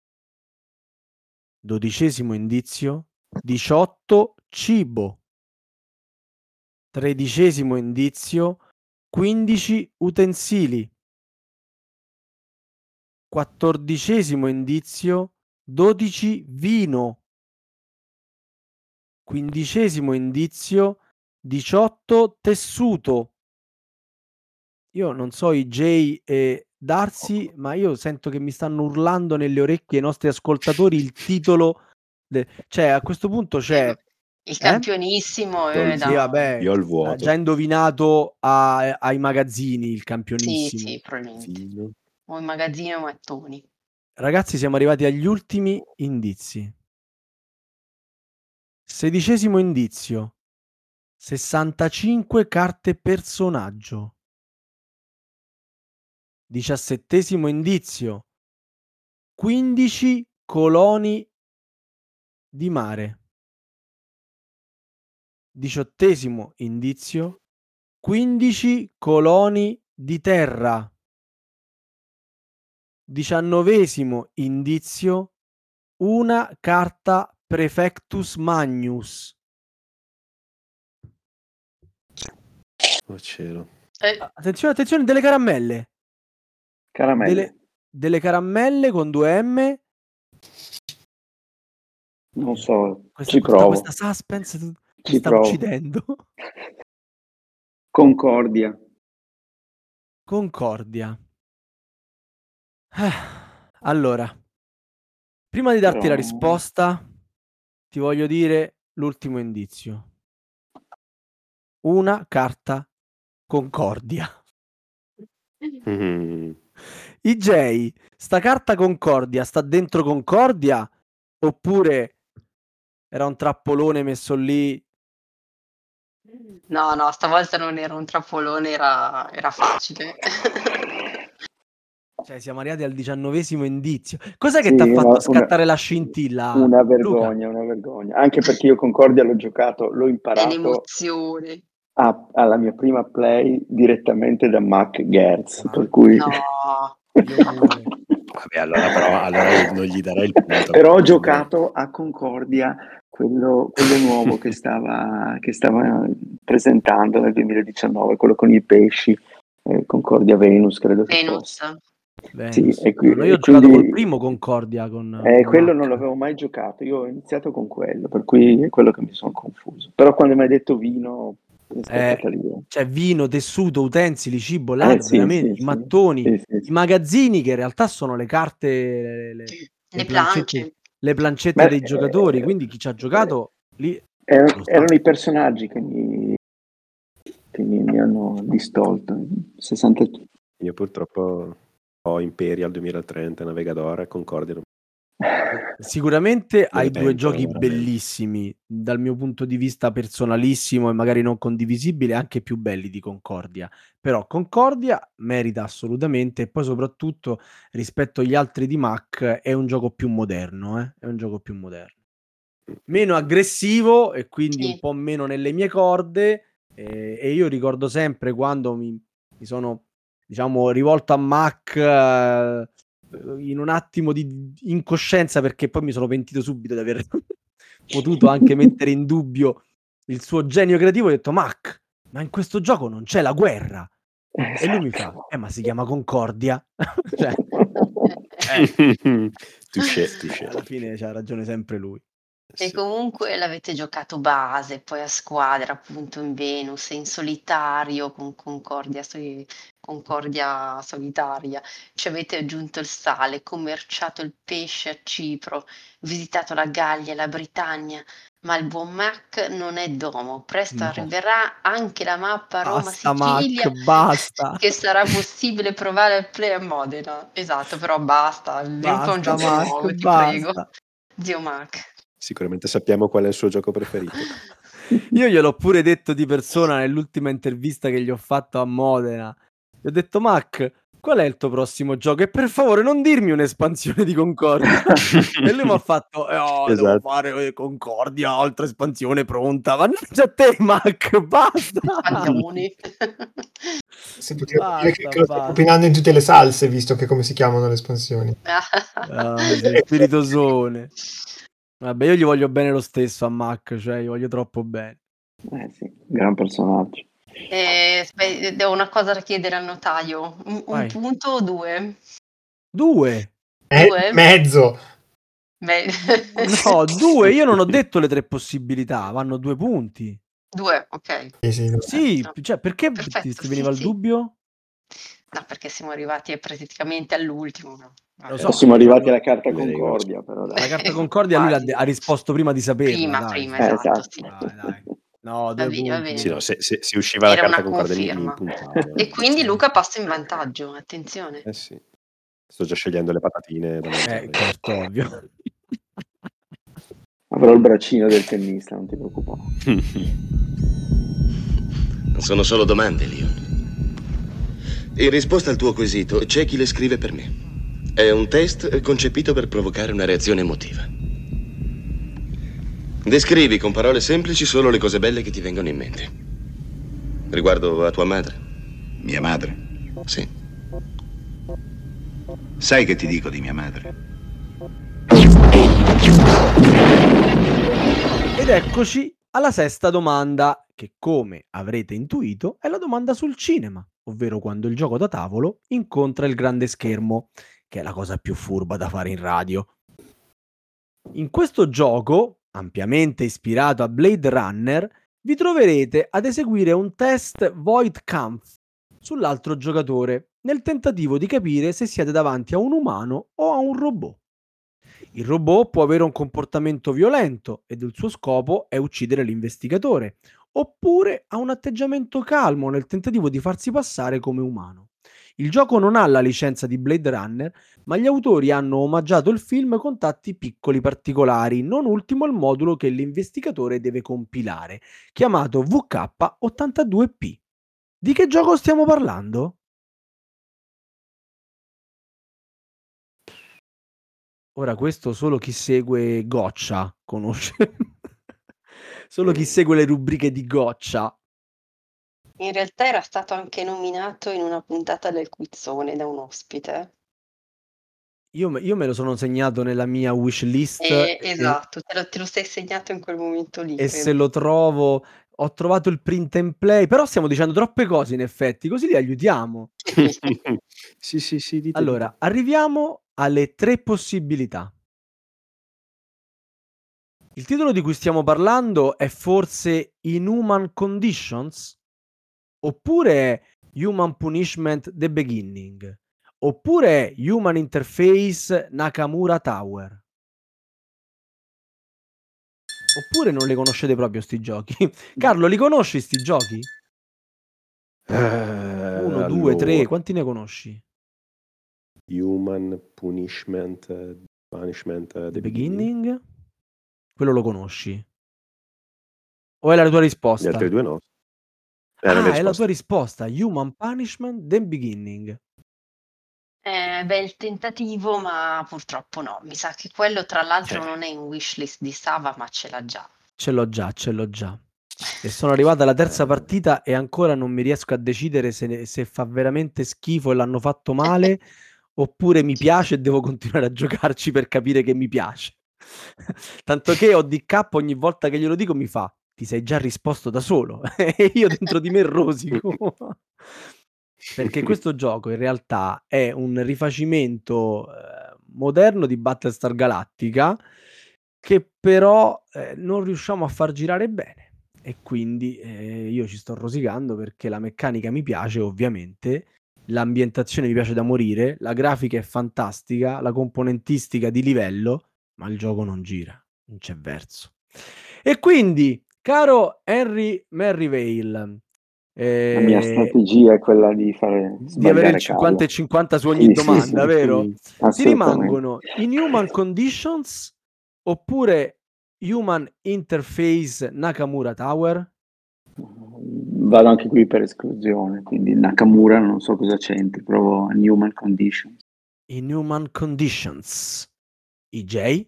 Dodicesimo indizio, diciotto cibo. Tredicesimo indizio, quindici utensili. Quattordicesimo indizio, dodici vino. Quindicesimo indizio, diciotto tessuto. Io non so i J e Darsi, ma io sento che mi stanno urlando nelle orecchie i nostri ascoltatori il titolo. de- Cioè, a questo punto c'è... Eh, il Eh? campionissimo, Io ho eh, il- Sì, da... vabbè, Io ho il ha vuoto. già indovinato a- ai magazzini il Sì, campionissimo. sì, probabilmente. Vino. O in magazzino mattoni. Ragazzi, siamo arrivati agli ultimi indizi. Sedicesimo indizio, sessantacinque carte personaggio. Diciassettesimo indizio, quindici coloni di mare. Diciottesimo indizio, quindici coloni di terra. Diciannovesimo indizio, una carta Prefectus Magnus. Oh cielo. Eh, Attenzione, attenzione, delle caramelle. Caramelle. Delle, delle caramelle con due M. Non so, Questa, ci questa, provo. questa suspense mi Ci sta provo. uccidendo. Concordia. Concordia. Eh, allora, prima di darti la Però risposta, ti voglio dire l'ultimo indizio. Una carta Concordia. Mhm. I J, sta carta Concordia sta dentro Concordia oppure era un trappolone messo lì? No, no, stavolta non era un trappolone, era era facile. Cioè, siamo arrivati al diciannovesimo indizio. Cos'è che sì, t'ha fatto una, una- scattare la scintilla, una Luca? vergogna, una vergogna. Anche perché io Concordia l'ho giocato, l'ho È imparato l'emozione. a- alla mia prima play direttamente da Mac Gertz, Ah, per cui... No. io pure. Vabbè, allora però allora non gli darei il punto. Però ho perché non- giocato a Concordia, quello, quello nuovo che stava, che stava presentando nel duemiladiciannove, quello con i pesci, eh, Concordia Venus, credo che Venus. fosse. Venus. Sì, e, qui- No, no, io e ho giocato quindi col primo Concordia con, eh, con quello Mac. non l'avevo mai giocato, io ho iniziato con quello, per cui è quello che mi sono confuso. Però quando mi hai detto vino, è Eh, scattata lì. cioè vino, tessuto, utensili, cibo, là Eh sì, veramente, sì, i sì, mattoni, sì, sì, i sì. magazzini che in realtà sono le carte, le, le- le Le plancette, plance. le plancette Ma, dei giocatori, eh, quindi chi ci ha eh, giocato lì erano, lo sa. erano i personaggi che mi, che mi, mi hanno distolto. sessanta Io purtroppo ho Imperial duemilatrenta, Navigador, Concordia. Sicuramente Me hai ne due pento giochi veramente. bellissimi, dal mio punto di vista personalissimo e magari non condivisibile, anche più belli di Concordia. Però Concordia merita assolutamente, e poi soprattutto rispetto agli altri di Mac è un gioco più moderno, eh? È un gioco più moderno. Meno aggressivo e quindi un Sì. po' meno nelle mie corde, e, e io ricordo sempre quando mi, mi sono, diciamo, rivolto a Mac eh, in un attimo di incoscienza, perché poi mi sono pentito subito di aver potuto anche mettere in dubbio il suo genio creativo. Ho detto: Mac, ma in questo gioco non c'è la guerra. E lui mi fa: Esatto. eh, ma si chiama Concordia. Cioè, eh, touché, touché. alla fine c'ha ragione sempre lui. E Sì. comunque l'avete giocato base, poi a squadra, appunto in Venus, in solitario con Concordia, soli- Concordia solitaria. Ci avete aggiunto il sale, commerciato il pesce a Cipro, visitato la Gallia e la Britannia. Ma il buon Mac non è domo. Presto No, arriverà anche la mappa basta Mac, Roma-Sicilia basta. che sarà possibile provare al play a Modena. Esatto, però basta, vieni un po' un Basta gioco Mac, nuovo, ti prego. basta. Zio Mac. Sicuramente sappiamo qual è il suo gioco preferito. Io gliel'ho pure detto di persona nell'ultima intervista che gli ho fatto a Modena. Gli ho detto: Mac, qual è il tuo prossimo gioco? E per favore non dirmi un'espansione di Concordia. E lui mi ha fatto: eh, oh, devo Esatto. fare eh, Concordia, altra espansione pronta. Mannaggia a te, Mac, basta. Spaglioni. Si potrebbe dire che, Basta, che lo stai basta. propinando in tutte le salse, visto che come si chiamano le espansioni. Ah, sei spiritosone. Vabbè, io gli voglio bene lo stesso a Mac, cioè gli voglio troppo bene. Eh sì, gran personaggio. Eh, aspe- ho una cosa da chiedere al notaio. Un, un Vai. punto o due? Due. Eh, Due? mezzo. Beh, No, due. Io non ho detto le tre possibilità, vanno due punti. due, ok. Sì, sì, no. Sì, No. cioè perché ti, Perfetto, ti veniva sì, il sì. dubbio? No, perché siamo arrivati praticamente all'ultimo. No? Lo Vabbè. so, Siamo io arrivati volevo... alla carta Le regole. Concordia, però dai. La carta Concordia lui l'ha de- Quasi. ha risposto prima di saperla, Prima, dai. prima, Su. Eh, esatto, esatto. sì. Dai, dai. No, Va due bene, va punti. Sì, bene. no, se, se, se usciva la Era carta una Concordia mi, mi conferma. puntavo. E quindi Sì. Luca passa in vantaggio, attenzione. Eh sì. Sto già scegliendo le patatine da mangiare. Eh, certo, ovvio. Avrò il braccino del tennista, non ti preoccupare. Sono solo domande, Leon. In risposta al tuo quesito, c'è chi le scrive per me. È un test concepito per provocare una reazione emotiva. Descrivi con parole semplici solo le cose belle che ti vengono in mente. Riguardo a tua madre. Mia madre? Sì. Sai che ti dico di mia madre? Ed eccoci alla sesta domanda, che come avrete intuito è la domanda sul cinema, ovvero quando il gioco da tavolo incontra il grande schermo, che è la cosa più furba da fare in radio. In questo gioco, ampiamente ispirato a Blade Runner, vi troverete ad eseguire un test Void Kampf sull'altro giocatore, nel tentativo di capire se siete davanti a un umano o a un robot. Il robot può avere un comportamento violento ed il suo scopo è uccidere l'investigatore, oppure ha un atteggiamento calmo nel tentativo di farsi passare come umano. Il gioco non ha la licenza di Blade Runner, ma gli autori hanno omaggiato il film con tanti piccoli particolari, non ultimo il modulo che l'investigatore deve compilare, chiamato V K ottantadue P. Di che gioco stiamo parlando? Ora questo solo chi segue Goccia conosce. Solo chi segue le rubriche di Goccia. In realtà era stato anche nominato in una puntata del Quizzone da un ospite. Io me, io me lo sono segnato nella mia wish list E, e, esatto, te lo, te lo sei segnato in quel momento lì, e credo. se lo trovo, ho trovato il print and play, però stiamo dicendo troppe cose in effetti, così li aiutiamo. Sì, sì, sì, dite, Allora, dite. arriviamo alle tre possibilità. Il titolo di cui stiamo parlando è forse Inhuman Conditions? Oppure Human Punishment The Beginning? Oppure Human Interface Nakamura Tower? Oppure non le conoscete proprio sti giochi? Carlo, li conosci sti giochi? Eh, Uno, due, tre, allora, quanti ne conosci? Human Punishment, eh, Punishment eh, The The Beginning. Beginning? Quello lo conosci? O è la tua Gli risposta? altri due no. È la mia Ah, è la tua risposta. risposta. Human Punishment The Beginning. Eh, bel tentativo, ma purtroppo no. Mi sa che quello, tra l'altro, Eh. non è in wishlist di Sava, ma ce l'ha già. Ce l'ho già, ce l'ho già. E sono arrivata alla terza Eh. partita e ancora non mi riesco a decidere se, ne- se fa veramente schifo e l'hanno fatto male oppure mi piace e devo continuare a giocarci per capire che mi piace. Tanto che O D K ogni volta che glielo dico mi fa: ti sei già risposto da solo. E io dentro di me rosico. Perché questo gioco in realtà è un rifacimento eh, moderno di Battlestar Galactica che però eh, non riusciamo a far girare bene. E quindi eh, io ci sto rosicando perché la meccanica mi piace, ovviamente, l'ambientazione mi piace da morire, la grafica è fantastica, la componentistica di livello, ma il gioco non gira, non c'è verso. E quindi, caro Henry Merriweather, La mia eh, strategia è quella di fare di avere il sbagliare cinquanta e Carlo. cinquanta su ogni Sì, sì, domanda, sì, vero? Ti assolutamente. rimangono Inhuman Conditions oppure Human Interface Nakamura Tower? Vado anche qui per esclusione, quindi Nakamura non so cosa c'entri, provo Newman Conditions. Inhuman Conditions. E J?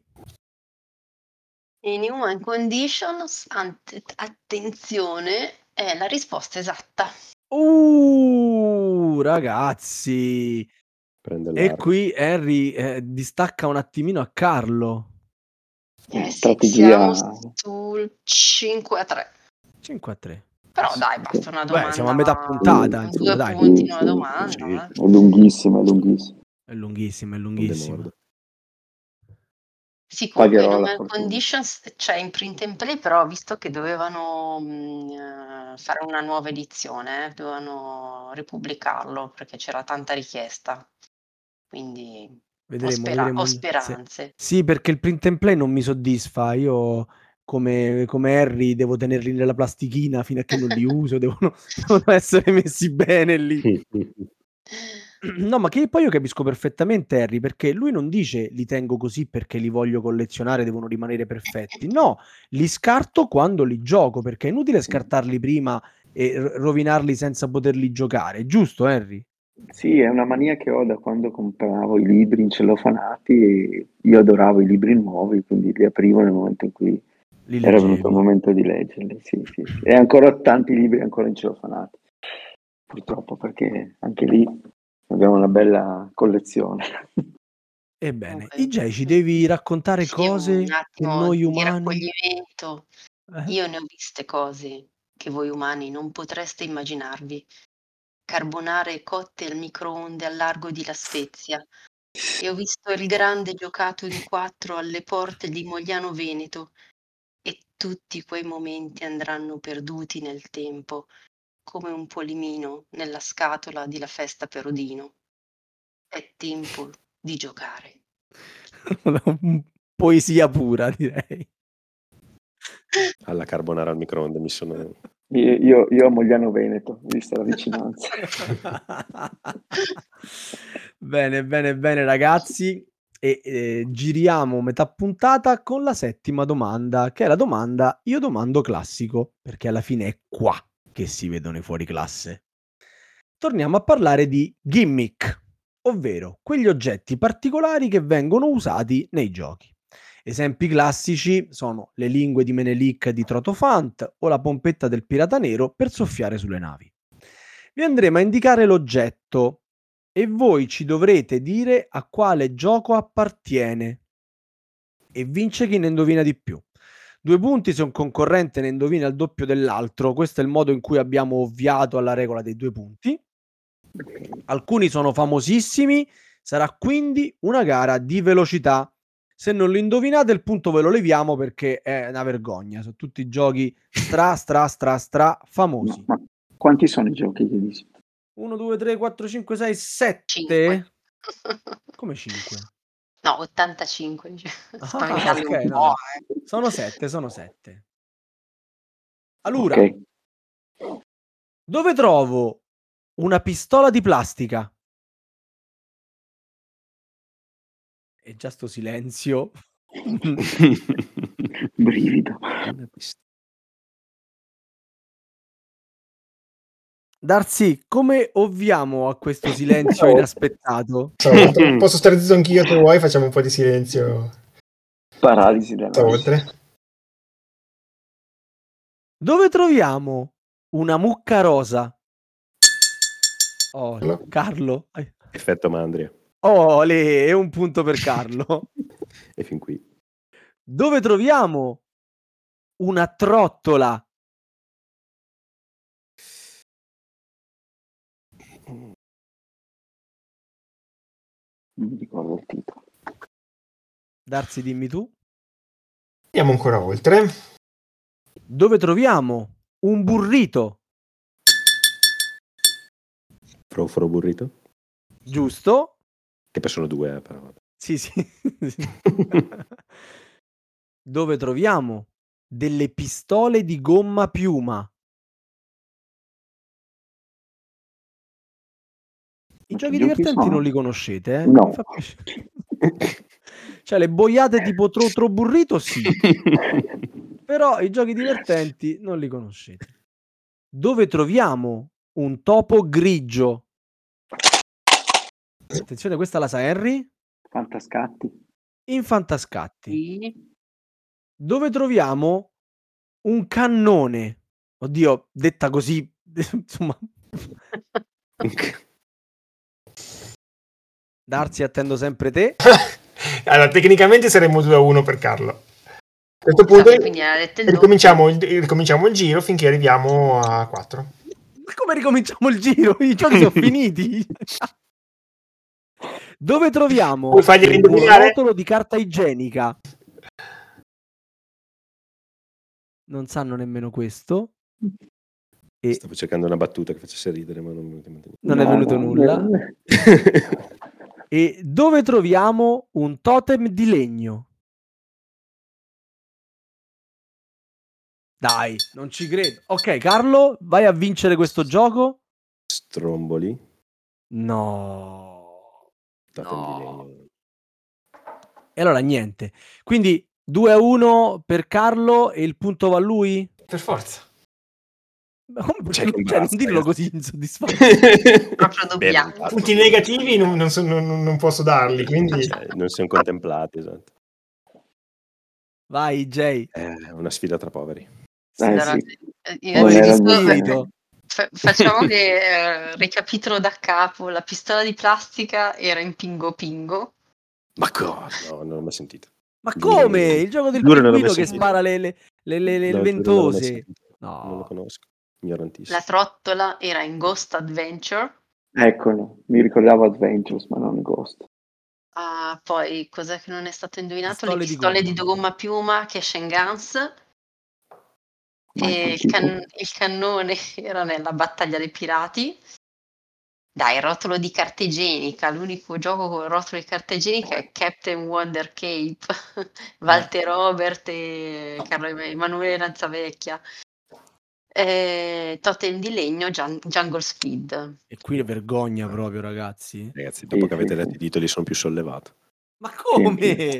In Human Conditions, ant- attenzione, è la risposta esatta. Uh, ragazzi. Prende E l'arco. qui Henry eh, distacca un attimino a Carlo. Eh sì, Strategia siamo sul cinque a tre. cinque a tre. Però dai, basta una Beh, domanda. siamo a metà puntata, con insomma, due dai. punti Sì, in una sì, domanda. sì. eh. è lunghissimo, è lunghissimo. È lunghissima, è Non lunghissima. demordo. Sì, comunque Pagherò la Human fortuna. Conditions c'è in print and play, però ho visto che dovevano mh, eh, fare una nuova edizione, eh, dovevano ripubblicarlo perché c'era tanta richiesta. Quindi ho, Vedremo, spera- vedremo. ho il- se- speranze. Sì, perché il print and play non mi soddisfa. Io, come, come Harry, devo tenerli nella plastichina fino a che non li uso. Devono, devono essere messi bene lì. No, ma che poi io capisco perfettamente Harry, perché lui non dice li tengo così perché li voglio collezionare, devono rimanere perfetti. No, li scarto quando li gioco, perché è inutile scartarli prima e r- rovinarli senza poterli giocare. Giusto, Harry? Sì, è una mania che ho da quando compravo i libri incellofanati e io adoravo i libri nuovi, quindi li aprivo nel momento in cui Li era venuto il leggevi. momento di leggerli. Sì, sì, sì. E ancora tanti libri ancora incellofanati, purtroppo, perché anche lì abbiamo una bella collezione. Ebbene, Comunque, I J, ci devi raccontare sì, un cose che attimo noi di umani... raccoglimento. Eh? Io ne ho viste cose che voi umani non potreste immaginarvi. Carbonare cotte al microonde al largo di La Spezia. E ho visto il grande giocato in quattro alle porte di Mogliano Veneto. E tutti quei momenti andranno perduti nel tempo. come un polimino nella scatola di La festa per Odino. È tempo di giocare. Poesia pura, direi. Alla carbonara al microonde mi sono... Io, io, io a Mogliano Veneto, vista la vicinanza. Bene, bene, bene ragazzi. E eh, giriamo metà puntata con la settima domanda, che è la domanda io domando classico, perché alla fine è qua che si vedono i fuori classe. Torniamo a parlare di gimmick, ovvero quegli oggetti particolari che vengono usati nei giochi. Esempi classici sono le lingue di Menelik di Trotofant o la pompetta del pirata nero per soffiare sulle navi. Vi andremo a indicare l'oggetto e voi ci dovrete dire a quale gioco appartiene e vince chi ne indovina di più. Due punti se un concorrente ne indovina il doppio dell'altro. Questo è il modo in cui abbiamo ovviato alla regola dei due punti. Alcuni sono famosissimi, sarà quindi una gara di velocità. Se non lo indovinate il punto ve lo leviamo perché è una vergogna, sono tutti giochi stra stra stra stra famosi. Ma, ma quanti sono i giochi che dici? uno, due, tre, quattro, cinque, sei, sette. cinque. Come cinque? No, ottantacinque. Ah, Spaventavi ok, un no, po', no. eh. Sono sette, sono sette. Allora, Ok. dove trovo una pistola di plastica? E già sto silenzio. Brivido. Una pist- Darsi, come ovviamo a questo silenzio Oh. inaspettato? Stavolta posso stare zitto anch'io se vuoi, facciamo un po' di silenzio. Paralisi della Stavolta. Dove troviamo una mucca rosa? Oh, Carlo? Carlo. Effetto Mandria. Oh, le, è un punto per Carlo. E fin qui. Dove troviamo una trottola? Non mi ricordo il titolo. Darsi, dimmi tu. Andiamo ancora oltre. Dove troviamo un burrito? Froforo burrito? Giusto? Che poi sono due, eh, però. Sì, sì. Dove troviamo delle pistole di gomma piuma? I Ma giochi che giochi divertenti sono? non li conoscete, eh? No. Mi fa piacere. Cioè, le boiate tipo tro tro burrito, sì. Però i giochi divertenti non li conoscete. Dove troviamo un topo grigio? Attenzione, questa la sa Henry? Fantascatti. In Fantascatti. Sì. Dove troviamo un cannone? Oddio, detta così, insomma. Darsi, attendo sempre te. Allora, tecnicamente saremmo due a uno per Carlo. A questo punto Esatto, quindi era detto il ricominciamo il, ricominciamo il giro finché arriviamo a quattro. Ma come ricominciamo il giro? I giochi sono finiti. Dove troviamo Vuoi farglieli un indovinare? rotolo di carta igienica? Non sanno nemmeno questo. E Stavo cercando una battuta che facesse ridere, ma non, non No, è venuto no, nulla. no. E dove troviamo un totem di legno? Dai, non ci credo. Ok, Carlo, vai a vincere questo gioco. Stromboli. No. Totem No. di legno. E allora niente. Quindi due a uno per Carlo e il punto va a lui? Per forza. Ma come- Cioè, che cioè, non imbarazzo, dirlo ragazzi. così insoddisfatto. Proprio dobbiamo. Beh, Punti negativi non, non, so- non- non posso darli, quindi cioè, non sono contemplati, esatto. Vai, Jay. È una sfida tra poveri. Eh, Allora, sì. eh, Non Poveri era di il mio spirito. genere. fa- facciamo che eh, ricapitolo da capo. La pistola di plastica era in Pingo Pingo. Ma cosa? No, non l'ho mai sentito. Ma Giuro come? non l'ho- Il gioco del giuro non l'ho pinguino mai che sentito. spara le, le, le, le- le No, giuro non l'ho mai ventose. sentito. Non lo No. conosco. Ignorantissimo. La trottola era in Ghost Adventure. Eccolo, mi ricordavo Adventures, ma non Ghost. Ah, poi cos'è che non è stato indovinato? Pistole Le di pistole gomma. di gomma piuma che è Shenguns. Mai E il, sentito. can- il cannone era nella battaglia dei pirati. Dai, rotolo di carta igienica. L'unico gioco con rotolo di carta igienica è Captain Wonder Cape. Walter Robert e Carlo Em- Emanuele Lanzavecchia. Eh, Totem di legno, Jun- Jungle Speed. E qui è vergogna proprio, ragazzi. Ragazzi, dopo Sì, che sì, avete sì. detto i titoli sono più sollevato. Ma Sì, come?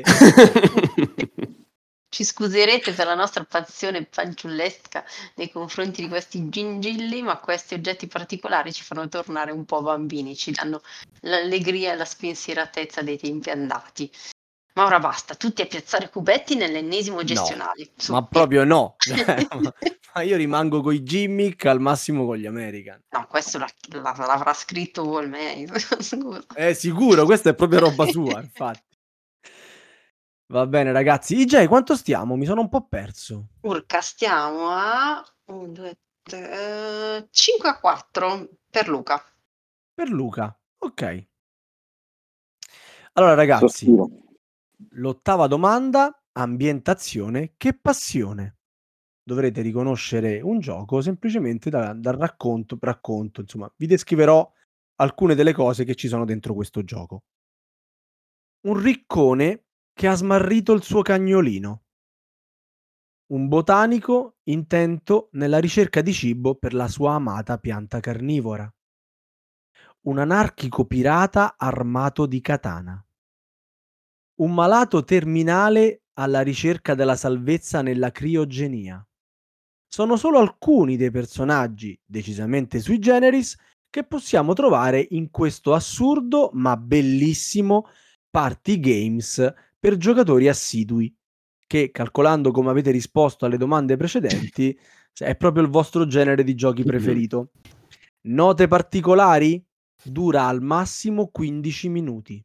Ci scuserete per la nostra passione fanciullesca nei confronti di questi gingilli, ma questi oggetti particolari ci fanno tornare un po' bambini, ci danno l'allegria e la spensieratezza dei tempi andati. Ma ora basta, tutti a piazzare cubetti nell'ennesimo No, gestionale. Su, ma via. proprio no. Cioè, ma, ma io rimango coi gimmick, al massimo con gli American. No, questo l'ha- l'ha- l'avrà scritto Wall May. Scusa. È sicuro, questa è proprio roba sua, infatti. Va bene, ragazzi. I J, quanto stiamo? Mi sono un po' perso. Urca, stiamo a uno, due, tre, cinque a quattro per Luca. Per Luca. Ok. Allora, ragazzi, Sospiro. l'ottava domanda, ambientazione, che passione? Dovrete riconoscere un gioco semplicemente da- dal racconto, racconto, insomma, vi descriverò alcune delle cose che ci sono dentro questo gioco. Un riccone che ha smarrito il suo cagnolino. Un botanico intento nella ricerca di cibo per la sua amata pianta carnivora. Un anarchico pirata armato di katana. Un malato terminale alla ricerca della salvezza nella criogenia. Sono solo alcuni dei personaggi, decisamente sui generis, che possiamo trovare in questo assurdo ma bellissimo party games per giocatori assidui, che calcolando come avete risposto alle domande precedenti, è proprio il vostro genere di giochi preferito. Note particolari? Dura al massimo quindici minuti.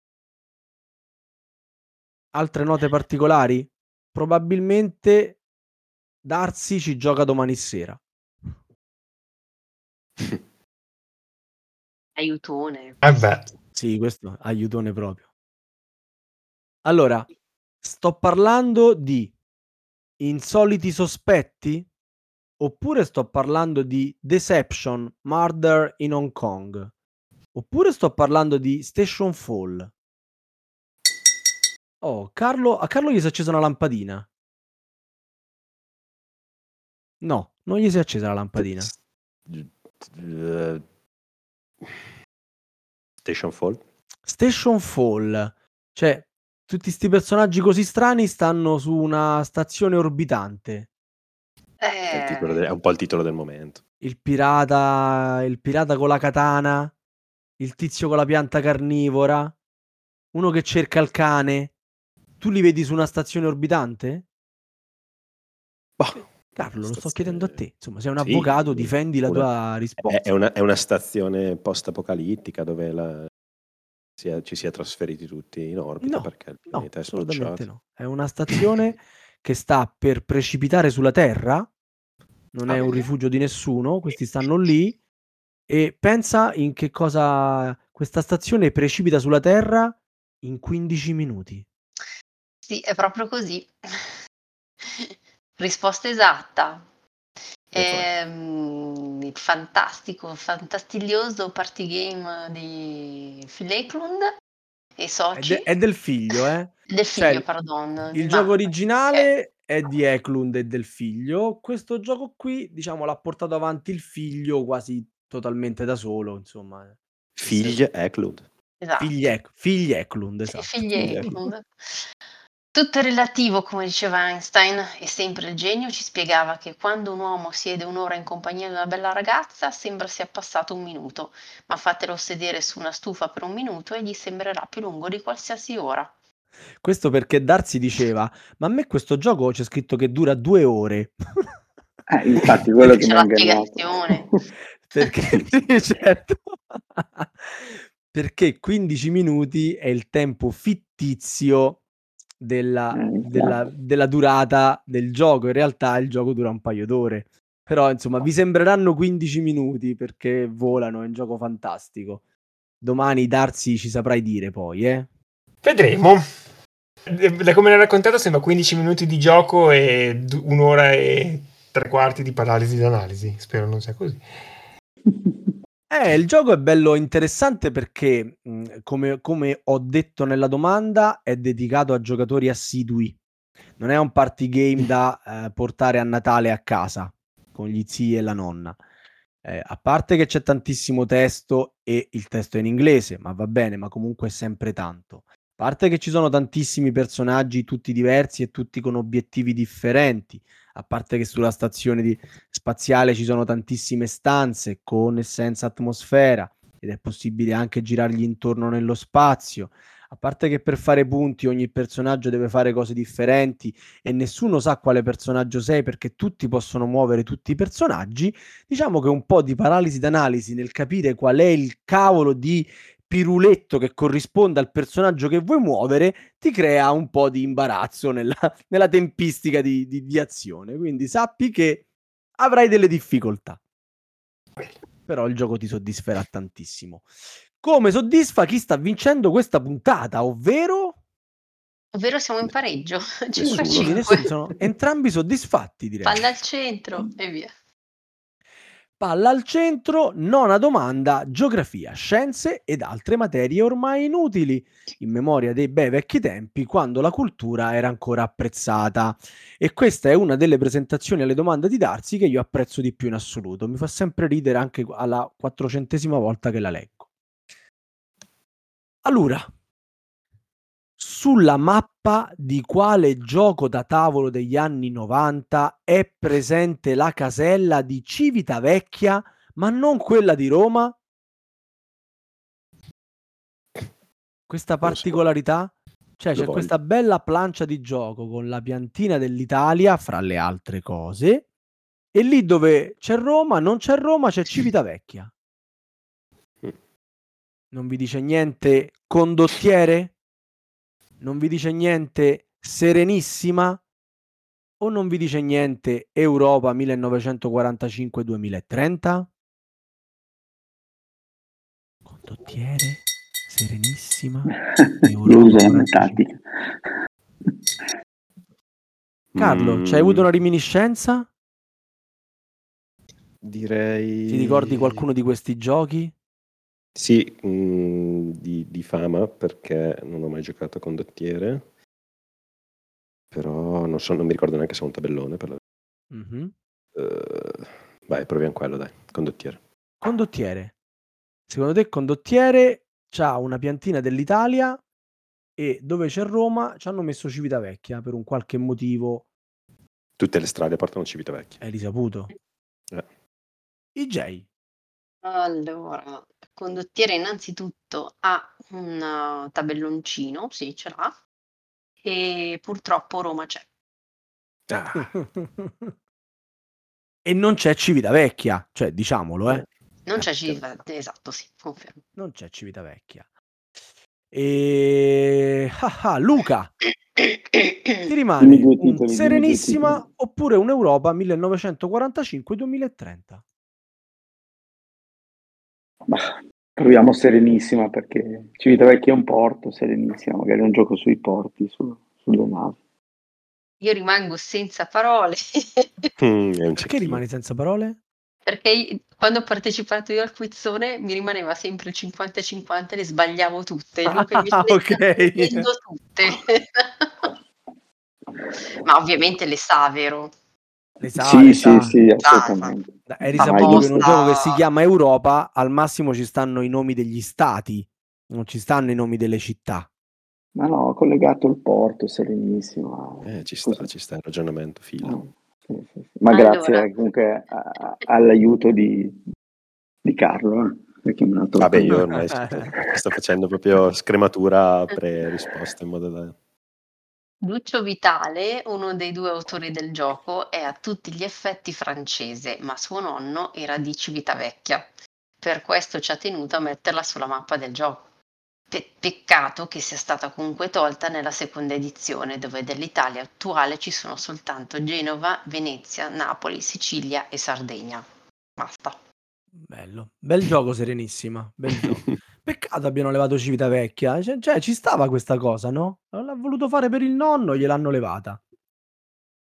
Altre note particolari? Probabilmente Darsi ci gioca domani sera. Aiutone. Eh beh, Sì, questo aiutone proprio. Allora, sto parlando di Insoliti sospetti? Oppure sto parlando di Deception, Murder in Hong Kong? Oppure sto parlando di Station Fall? Oh, Carlo, a Carlo gli si è accesa una lampadina. No, non gli si è accesa la lampadina. Eh, Station Fall? Station Fall. Cioè, tutti sti personaggi così strani stanno su una stazione orbitante. È, il titolo Eh, de- è un po' il titolo del momento. Il pirata, il pirata con la katana, il tizio con la pianta carnivora, uno che cerca il cane. Tu li vedi su una stazione orbitante? Boh, Carlo, lo sto stazione- chiedendo a te. Insomma, sei un Sì, avvocato, difendi la una- tua risposta. È, è una, è una stazione post-apocalittica dove la- si è- ci si è trasferiti tutti in orbita No, perché il no, pianeta è assolutamente spacciato. no. È una stazione che sta per precipitare sulla Terra. Non è Ah. un rifugio di nessuno. Questi stanno lì. E pensa in che cosa questa stazione precipita sulla Terra in quindici minuti. sì, è proprio così. Risposta esatta. E cioè? Ehm, il fantastico, fantastiglioso party game di Phil Eklund e È, soci. de- è del figlio, eh? Del Cioè, figlio, pardon. il Ma- gioco eh, originale è di Eklund e del figlio. Questo gioco qui, diciamo, l'ha portato avanti il figlio quasi totalmente da solo, insomma. Figli Eklund. esatto. Figli, Ek- figli Eklund, Sì, esatto. figli Figli Eklund. Tutto è relativo, come diceva Einstein, e sempre il genio ci spiegava che quando un uomo siede un'ora in compagnia di una bella ragazza sembra sia passato un minuto, ma fatelo sedere su una stufa per un minuto e gli sembrerà più lungo di qualsiasi ora. Questo perché Darsi diceva, ma a me questo gioco c'è scritto che dura due ore. Eh, infatti, quello che C'è mi ha la ingannato. spiegazione. Perché sì, certo. Perché quindici minuti è il tempo fittizio della, Eh, della, infatti. della durata del gioco. In realtà il gioco dura un paio d'ore. Però, insomma, vi sembreranno quindici minuti perché volano, è un gioco fantastico. Domani Darsi ci saprai dire poi, eh? vedremo. Da come l'hai raccontato sembra quindici minuti di gioco e d- un'ora e tre quarti di paralisi d'analisi. Spero non sia così. Eh, il gioco è bello interessante perché, mh, come, come ho detto nella domanda, è dedicato a giocatori assidui. Non è un party game da eh, portare a Natale a casa con gli zii e la nonna. Eh, a parte che c'è tantissimo testo e il testo è in inglese, ma va bene, ma comunque è sempre tanto. A parte che ci sono tantissimi personaggi, tutti diversi e tutti con obiettivi differenti. A parte che sulla stazione di spaziale ci sono tantissime stanze con e senza atmosfera ed è possibile anche girargli intorno nello spazio. A parte che per fare punti ogni personaggio deve fare cose differenti e nessuno sa quale personaggio sei perché tutti possono muovere tutti i personaggi, diciamo che un po' di paralisi d'analisi nel capire qual è il cavolo di piruletto che corrisponde al personaggio che vuoi muovere ti crea un po' di imbarazzo nella, nella tempistica di, di, di azione. Quindi sappi che avrai delle difficoltà. Però il gioco ti soddisferà tantissimo. Come soddisfa chi sta vincendo questa puntata, ovvero... Ovvero siamo in pareggio, cinque a Nessuno, quindi cinque. nessuno, sono entrambi soddisfatti, direi. Palla al centro e via. Palla al centro, nona domanda, geografia, scienze ed altre materie ormai inutili, in memoria dei bei vecchi tempi quando la cultura era ancora apprezzata. E questa è una delle presentazioni alle domande di Darsi che io apprezzo di più in assoluto. Mi fa sempre ridere anche alla quattrocentesima volta che la leggo. Allora, sulla mappa di quale gioco da tavolo degli anni novanta è presente la casella di Civitavecchia, ma non quella di Roma? Questa particolarità? Cioè, c'è questa bella plancia di gioco con la piantina dell'Italia, fra le altre cose, e lì dove c'è Roma, non c'è Roma, c'è Civitavecchia. Non vi dice niente Condottiere? Non vi dice niente Serenissima? O non vi dice niente Europa millenovecentoquarantacinque duemilatrenta? Condottiere? Serenissima? Io uso la mia tattica. Carlo, Mm, c'hai avuto una reminiscenza? direi... Ti ricordi qualcuno di questi giochi? Sì, mm, di, di fama, perché non ho mai giocato a condottiere, però non so, non mi ricordo neanche se è un tabellone. Per la... Mm-hmm. Uh, vai, proviamo quello, dai, condottiere. Condottiere. Secondo te Condottiere c'ha una piantina dell'Italia e dove c'è Roma ci hanno messo Civitavecchia per un qualche motivo. Tutte le strade portano a Civitavecchia. Hai risaputo? Eh. I J. Allora, Condottiere innanzitutto ha un uh, tabelloncino, sì, ce l'ha, e purtroppo Roma c'è. Ah. E non c'è Civitavecchia, cioè diciamolo, eh. Non Eh, c'è Civitavecchia, esatto, sì, confermo. Non c'è Civitavecchia. E ah, ah, Luca, ti rimane Dimmi due un titoli, Serenissima dimmi due titoli. oppure un'Europa millenovecentoquarantacinque duemilatrenta? Ma proviamo Serenissima perché Civitavecchia è un porto, Serenissima magari un gioco sui porti, su, sulle navi. Io rimango senza parole. Mm, è un Perché cecchino. rimani senza parole? Perché io- quando ho partecipato io al quizzone mi rimaneva sempre il cinquanta cinquanta e le sbagliavo tutte. E Luca invece Ah, le ok. stava vedendo tutte. Ma ovviamente le sa, vero? Le sa, Sì, le sì, sa. sì, Sa, assolutamente. Dai, Hai fa risaputo che in un apposta. gioco che si chiama Europa al massimo ci stanno i nomi degli stati, non ci stanno i nomi delle città. Ma no, ho collegato il porto, Serenissima. Eh, ci sta, Così. ci sta il ragionamento, fila. Ah, sì, sì, sì. Ma Allora. grazie comunque a- a- all'aiuto di, di Carlo, eh, perché mi ha dato la Vabbè, io parola. ormai sto, sto facendo proprio scrematura pre-risposta in modo da... Lucio Vitale, uno dei due autori del gioco, è a tutti gli effetti francese, ma suo nonno era di Civitavecchia. Per questo ci ha tenuto a metterla sulla mappa del gioco. Pe- peccato che sia stata comunque tolta nella seconda edizione, dove dell'Italia attuale ci sono soltanto Genova, Venezia, Napoli, Sicilia e Sardegna. Basta. Bello, bel gioco Serenissima, bel gioco. Peccato abbiano levato Civitavecchia, cioè, cioè ci stava questa cosa, no? L'ha voluto fare per il nonno, gliel'hanno levata.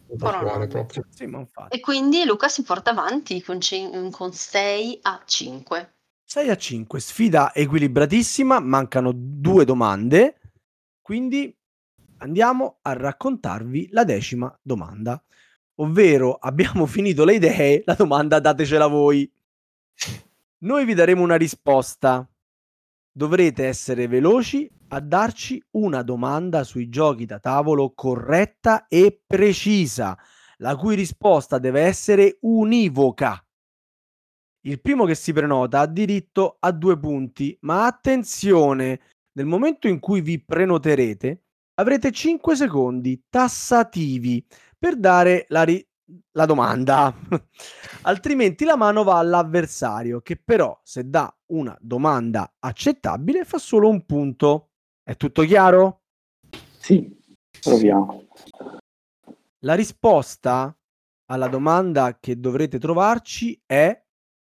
Ancora cuore nove. proprio. Sì, ma infatti. E quindi Luca si porta avanti con, cin- con sei a cinque. sei a cinque, sfida equilibratissima, mancano due domande, quindi andiamo a raccontarvi la decima domanda, ovvero abbiamo finito le idee, la domanda datecela voi. Noi vi daremo una risposta, dovrete essere veloci a darci una domanda sui giochi da tavolo corretta e precisa, la cui risposta deve essere univoca. Il primo che si prenota ha diritto a due punti, ma attenzione, nel momento in cui vi prenoterete avrete cinque secondi tassativi per dare la, ri- la domanda. Altrimenti la mano va all'avversario, che però se dà una domanda accettabile fa solo un punto. È tutto chiaro? Sì, proviamo. La risposta alla domanda che dovrete trovarci è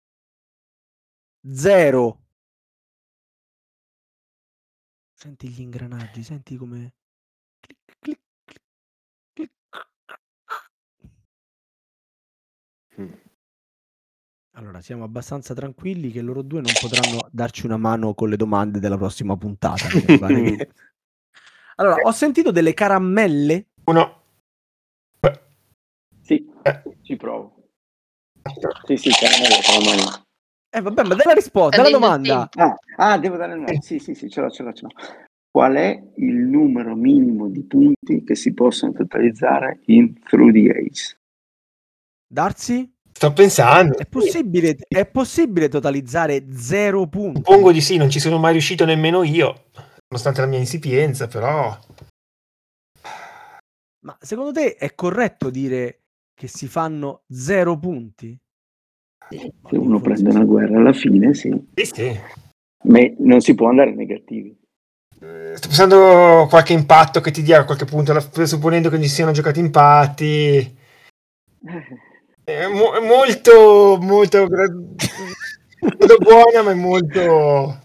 zero. Senti gli ingranaggi, senti come clic, clic, clic, clic. Mm. Allora, siamo abbastanza tranquilli che loro due non potranno darci una mano con le domande della prossima puntata. Mi pare che... Allora, ho sentito delle caramelle. Uno. Sì, Eh. ci provo. Sì, sì, caramella, caramella. Eh, vabbè, ma dai la risposta, dai la Perdendo il domanda. tempo. Ah, ah, devo dare il nome. Sì, sì, sì, ce l'ho, ce l'ho, ce l'ho. Qual è il numero minimo di punti che si possono totalizzare in Through the Ace? Darsi? Sto pensando. È possibile, è possibile totalizzare zero punti? Suppongo di sì, non ci sono mai riuscito nemmeno io, nonostante la mia insipienza, però... Ma secondo te è corretto dire che si fanno zero punti? Se Oddio, uno forse prende sì. una guerra alla fine, sì. Sì, sì. Ma non si può andare negativi. Eh, Sto pensando qualche impatto che ti dia a qualche punto, alla- supponendo che non ci siano giocati impatti. È mo- è molto, molto... gra- molto buona, ma è molto...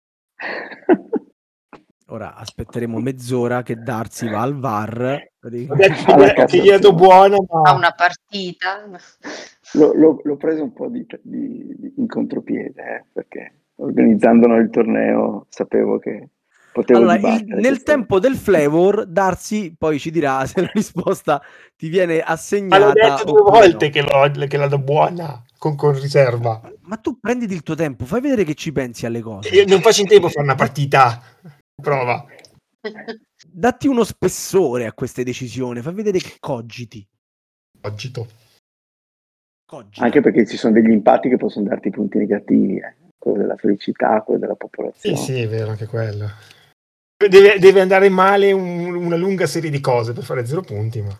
Ora aspetteremo mezz'ora che Darsi va al V A R. Ho detto Fa la che gli ho dato Cassazione. buona, A ma... una partita. L'ho, l'ho- l'ho preso un po' di, di- di- in contropiede, eh, perché organizzando il torneo sapevo che potevo Allora, il- dibattere. nel questa- tempo del flavor, Darsi poi ci dirà se la risposta ti viene Ma l'ho assegnata detto due oppure volte no. che, l'ho, che la do buona, con, con riserva. Ma tu prenditi il tuo tempo, fai vedere che ci pensi alle Io cose. non faccio in tempo a fare una partita. Prova. Datti uno spessore a queste decisioni, fai vedere che cogiti. Cogito. Cogita. Anche perché ci sono degli impatti che possono darti punti negativi, eh. Quello della felicità, quello della Sì, popolazione. sì, è vero anche quello. Deve, deve andare male un- una lunga serie di cose per fare zero punti, ma...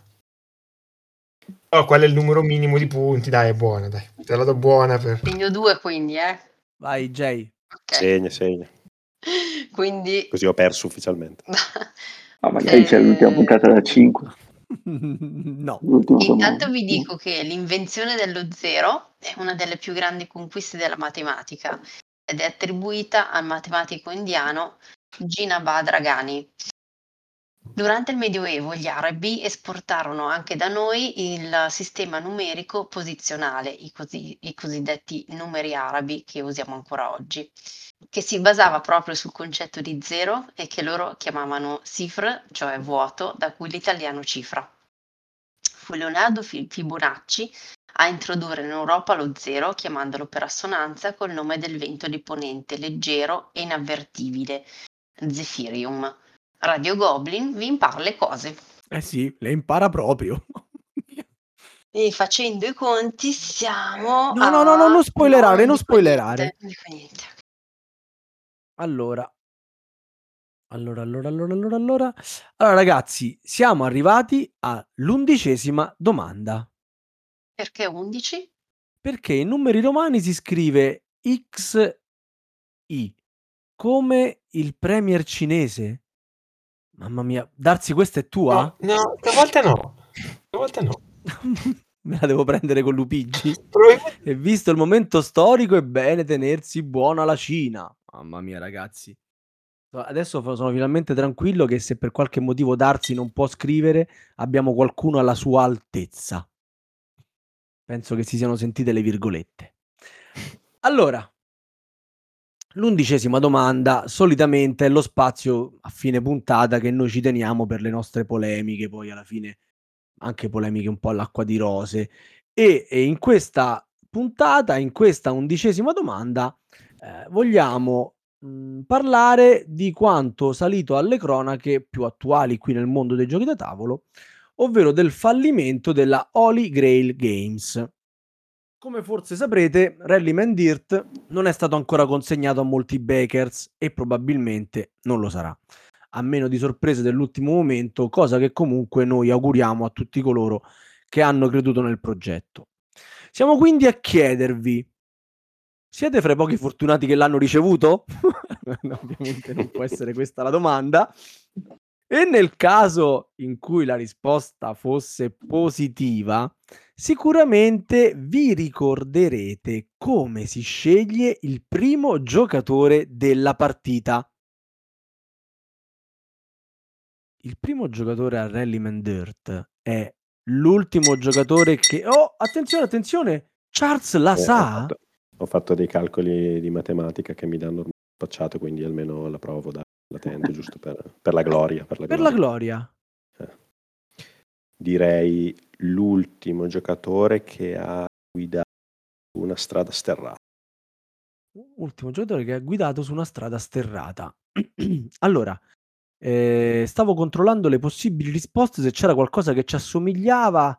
Oh, qual è il numero minimo di punti? Dai, è buona, dai. Te la do buona per... Segno due quindi, eh. Vai, Jay. Ok. Segna, segna. Quindi... Così ho perso ufficialmente. Ma magari c'è l'ultima Eh, puntata da cinque. No. L'ultima Intanto domanda. vi dico che l'invenzione dello zero è una delle più grandi conquiste della matematica ed è attribuita al matematico indiano Ginabad Ghani. Durante il Medioevo gli arabi esportarono anche da noi il sistema numerico posizionale, i, cosi- i cosiddetti numeri arabi che usiamo ancora oggi, che si basava proprio sul concetto di zero e che loro chiamavano cifre, cioè vuoto, da cui l'italiano cifra. Fu Leonardo Fi- Fibonacci a introdurre in Europa lo zero, chiamandolo per assonanza col nome del vento di ponente leggero e inavvertibile, Zephyrium. Radio Goblin vi impara le cose. Eh sì, le impara proprio. E facendo i conti siamo No, no, no, no, a... non spoilerare, non dico spoilerare. niente, non dico niente. Allora. Allora, allora, allora, allora, allora. Allora, ragazzi, siamo arrivati all'undicesima domanda. Perché undici? Perché in numeri romani si scrive X I, come il premier cinese. Mamma mia, Darsi, questa è tua? No, no, stavolta no. Stavolta no. Me la devo prendere con Lupigi? Probabilmente... E visto il momento storico è bene tenersi buona la Cina. Mamma mia, ragazzi. Adesso fa- sono finalmente tranquillo che se per qualche motivo Darsi non può scrivere, abbiamo qualcuno alla sua altezza. Penso che si siano sentite le virgolette. Allora, l'undicesima domanda solitamente è lo spazio a fine puntata che noi ci teniamo per le nostre polemiche, poi alla fine anche polemiche un po' all'acqua di rose. E, e in questa puntata, in questa undicesima domanda, eh, vogliamo mh, parlare di quanto salito alle cronache più attuali qui nel mondo dei giochi da tavolo, ovvero del fallimento della Holy Grail Games. Come forse saprete, Rallyman Dirt non è stato ancora consegnato a molti backers e probabilmente non lo sarà, a meno di sorprese dell'ultimo momento, cosa che comunque noi auguriamo a tutti coloro che hanno creduto nel progetto. Siamo quindi a chiedervi: siete fra i pochi fortunati che l'hanno ricevuto? Ovviamente non può essere questa la domanda. E nel caso in cui la risposta fosse positiva, sicuramente vi ricorderete come si sceglie il primo giocatore della partita. Il primo giocatore a Rallyman Dirt è l'ultimo giocatore che... Oh, attenzione, attenzione! Charles la Eh, ho, sa? fatto, ho fatto dei calcoli di matematica che mi danno ormai spacciato, quindi almeno la provo da latente, giusto per, per la gloria. Per la Per la gloria. gloria. Eh. Direi l'ultimo giocatore che ha guidato una strada sterrata. Ultimo giocatore che ha guidato su una strada sterrata. Allora, eh, stavo controllando le possibili risposte, se c'era qualcosa che ci assomigliava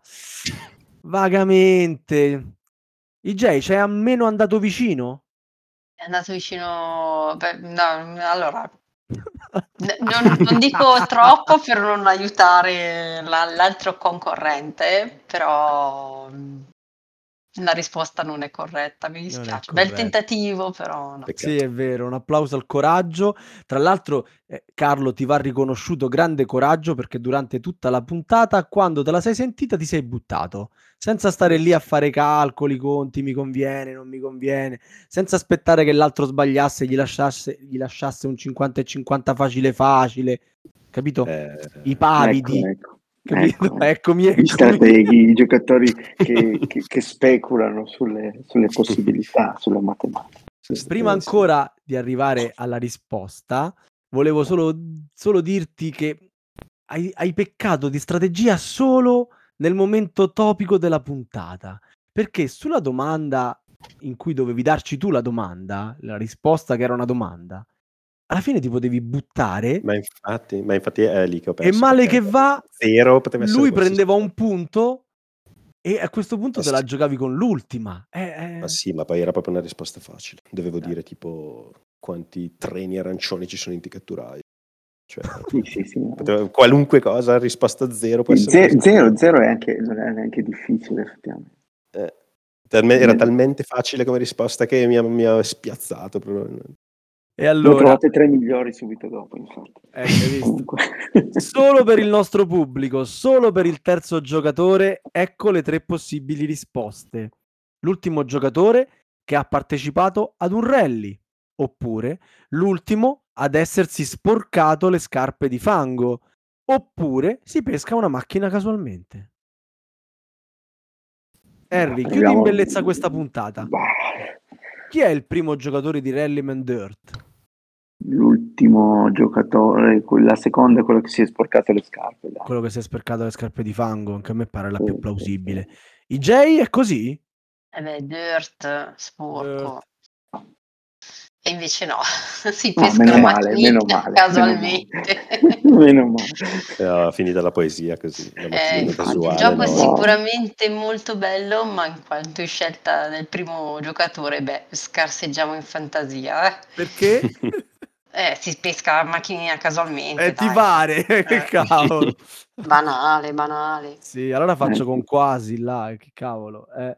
vagamente. I J, c'è almeno andato vicino? È andato vicino... Beh, no, allora... n- non, non dico troppo per non aiutare la- l'altro concorrente, però mm, la risposta non è corretta, mi Non è dispiace. Bel corretto. tentativo, però no. Peccato. Sì, è vero, un applauso al coraggio. Tra l'altro, eh, Carlo, ti va riconosciuto grande coraggio perché durante tutta la puntata, quando te la sei sentita, ti sei buttato, senza stare lì a fare calcoli, conti, mi conviene, non mi conviene, senza aspettare che l'altro sbagliasse e gli lasciasse, gli lasciasse un cinquanta e cinquanta facile facile, capito? Eh, I pavidi, Ecco, ecco. capito? Ecco, ecco. Eccomi, Gli eccomi. strateghi, i giocatori che, che- che speculano sulle, sulle possibilità, sulla matematica. Prima eh, sì. ancora di arrivare alla risposta, volevo solo, solo dirti che hai, hai peccato di strategia solo nel momento topico della puntata. Perché sulla domanda in cui dovevi darci tu la domanda, la risposta che era una domanda, alla fine ti potevi buttare Ma infatti, ma infatti è lì che ho e perso. male perché che va, zero poteva essere lui qualsiasi prendeva cosa. un punto e a questo punto Ma te la sì. giocavi con l'ultima. Eh, eh. Ma sì, ma poi era proprio una risposta facile. Dovevo dire tipo quanti treni arancioni ci sono in Ticatturai. Cioè, Sì, sì, sì. potevo- qualunque cosa, risposta zero può essere Ze- qualsiasi Zero, cosa. zero è anche, non è neanche difficile, effettivamente. Eh, talme- era Ne- talmente facile come risposta che mi ha, mi ha spiazzato probabilmente. E Ne ho allora, trovate tre migliori subito dopo, infatti. ecco, hai visto? Comunque. Solo per il nostro pubblico, solo per il terzo giocatore, ecco le tre possibili risposte. L'ultimo giocatore che ha partecipato ad un rally, oppure l'ultimo ad essersi sporcato le scarpe di fango, oppure si pesca una macchina casualmente. Harry, chiudi in Proviamo- bellezza questa puntata. Bah, Chi è il primo giocatore di Rallyman Dirt? l'ultimo giocatore, la seconda è quello che si è sporcato le scarpe. Dai. Quello che si è sporcato le scarpe di fango, anche a me pare la Sì, più sì, plausibile. sì. I J è così? Eh beh, dirt, sporco. Dirt. E invece no, si Ah, pesca meno la male, meno macchinina male, casualmente. Meno male. Era finita la poesia così. La Eh, macchinina infatti, il casuale, gioco è no. sicuramente molto bello, ma in quanto è scelta del primo giocatore, beh, scarseggiamo in fantasia. Eh, Perché? Eh, si pesca la macchinina casualmente, Eh, ti dai. pare? Che Eh, cavolo. banale, banale. Sì, allora faccio Eh, con quasi là, che cavolo. Eh.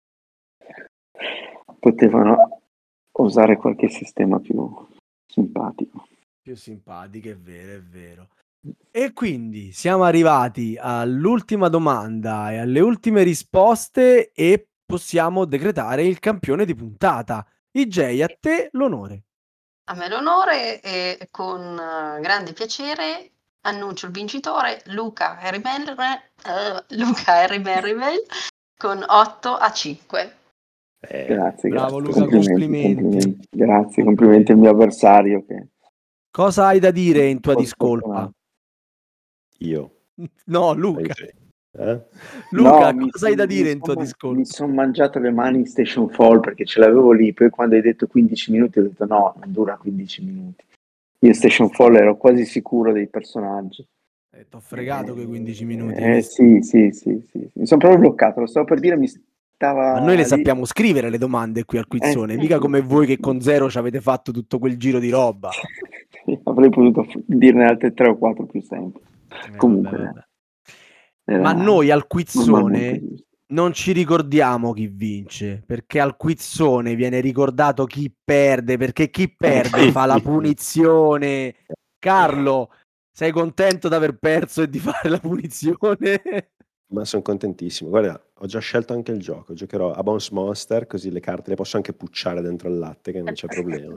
Potevano usare qualche sistema più simpatico. Più simpatiche, è vero, è vero. E quindi siamo arrivati all'ultima domanda e alle ultime risposte e possiamo decretare il campione di puntata. I J, a te l'onore. A me l'onore e con uh, grande piacere annuncio il vincitore Luca Harry Merrill, uh, Luca Harry Merrill con otto a cinque. Eh, Grazie, bravo grazie. Luca, Complimenti, complimenti. complimenti. Grazie, complimenti al mio avversario. Che... Cosa hai da dire in tua Un po' discolpa? sfortunato. io. No, Luca. Eh? Luca, No, mi cosa hai da son- dire mi in tua son- discolpa? Mi sono mangiato le mani in Station Fall perché ce l'avevo lì, poi quando hai detto quindici minuti ho detto no, non dura quindici minuti. Io in Station Fall ero quasi sicuro dei personaggi. Eh, t'ho fregato quei quindici minuti. Eh, sì, sì, sì, sì. Mi sono proprio bloccato, lo stavo per dire, mi stava Ma noi le lì. sappiamo scrivere le domande qui al quizzone, Eh, sì, mica sì. come voi che con zero ci avete fatto tutto quel giro di roba. Avrei potuto f- dirne altre tre o quattro più semplici. Eh, Comunque, vabbè, vabbè. era Ma noi al normalmente quizzone giusto. non ci ricordiamo chi vince, perché al quizzone viene ricordato chi perde, perché chi perde fa la punizione. Carlo, sei contento di aver perso e di fare la punizione? Ma sono contentissimo. Guarda, ho già scelto anche il gioco. Giocherò a Bones Monster, così le carte le posso anche pucciare dentro il latte, che non c'è problema.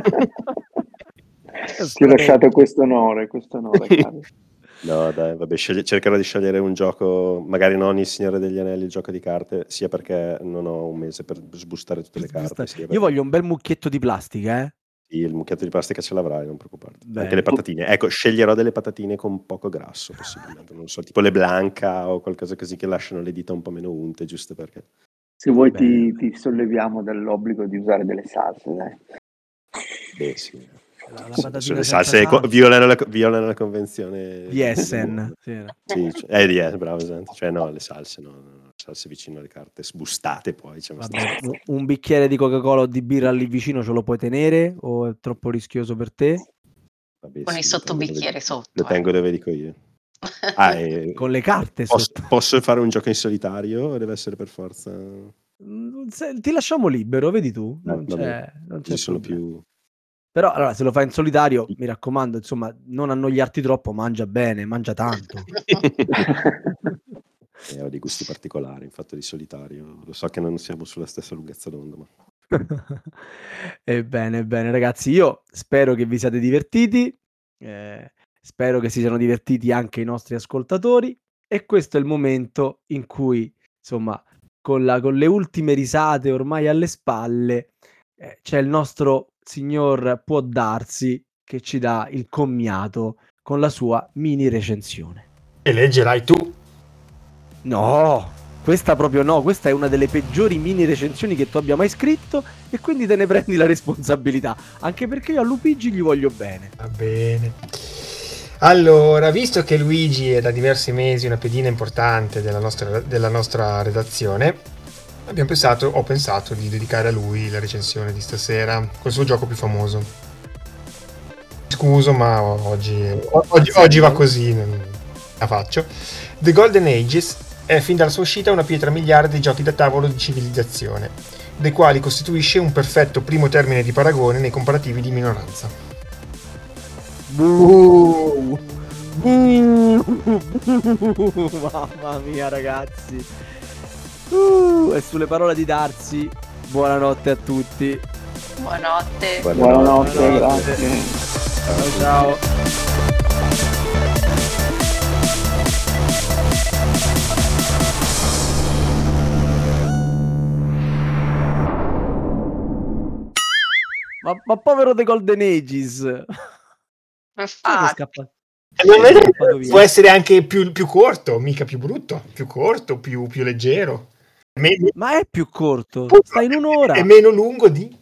Ti ho lasciato questo onore, questo onore, caro. No, dai, vabbè, scegli- cercherò di scegliere un gioco, magari non il Signore degli Anelli, il gioco di carte, sia perché non ho un mese per sbustare tutte le carte. Sia perché... Io voglio un bel mucchietto di plastica, eh? Sì, il mucchietto di plastica ce l'avrai, non preoccuparti. Bene. Anche le patatine. Ecco, sceglierò delle patatine con poco grasso, possibilmente. Non so, tipo le Blanca o qualcosa così che lasciano le dita un po' meno unte, giusto perché. Se vuoi Bene. ti, ti solleviamo dall'obbligo di usare delle salse, dai. Beh, sì. La, la Sì, patatina adesso le senza salse co- salsa. violano la, violano la convenzione Di Essen. Sì. Sì, cioè, eh, di Essen, bravo, esatto. Cioè no, le salse no, no, no, salse vicino alle carte sbustate poi cioè, Vabbè, un bicchiere di Coca-Cola o di birra lì vicino ce lo puoi tenere o è troppo rischioso per te? Vabbè, Con sì, il lo sottobicchiere tengo dove- sotto, lo tengo eh. dove dico io. Ah, e- Con le carte posso, sotto. posso fare un gioco in solitario o deve essere per forza? Mm, se- ti lasciamo libero, vedi tu, non Eh, vabbè, c'è, non c'è così sono problema. più Però allora se lo fai in solitario, mi raccomando, insomma, non annoiarti troppo, mangia bene, mangia tanto. Eh, ho dei gusti particolari in fatto di solitario. Lo so che non siamo sulla stessa lunghezza d'onda, ma Ebbene, ebbene, ragazzi, io spero che vi siate divertiti, eh, spero che si siano divertiti anche i nostri ascoltatori e questo è il momento in cui, insomma, con, la, con le ultime risate ormai alle spalle, eh, c'è il nostro signor Può Darsi che ci dà il commiato con la sua mini recensione. E leggerai tu. No, questa proprio no, questa è una delle peggiori mini recensioni che tu abbia mai scritto e quindi te ne prendi la responsabilità, anche perché io a Lupigi gli voglio bene. Va bene. Allora, visto che Luigi è da diversi mesi una pedina importante della nostra, della nostra redazione, abbiamo pensato, ho pensato di dedicare a lui la recensione di stasera col suo gioco più famoso. Scuso, ma oggi, oggi, oggi va così, non la faccio. The Golden Ages è fin dalla sua uscita una pietra miliare dei giochi da tavolo di civilizzazione, dei quali costituisce un perfetto primo termine di paragone nei comparativi di minoranza. Buh. Buh. Mamma mia ragazzi, uh, e sulle parole di Darsi, buonanotte a tutti. Buonanotte. Buonanotte, Buonanotte. grazie. Ciao ciao. Ma, ma povero The Golden Ages. Infatti. Scappa... Non è- scappato via. può essere anche più, più corto, mica più brutto, più corto, più, più leggero. Me- Ma è più corto, sta in un'ora. È meno lungo di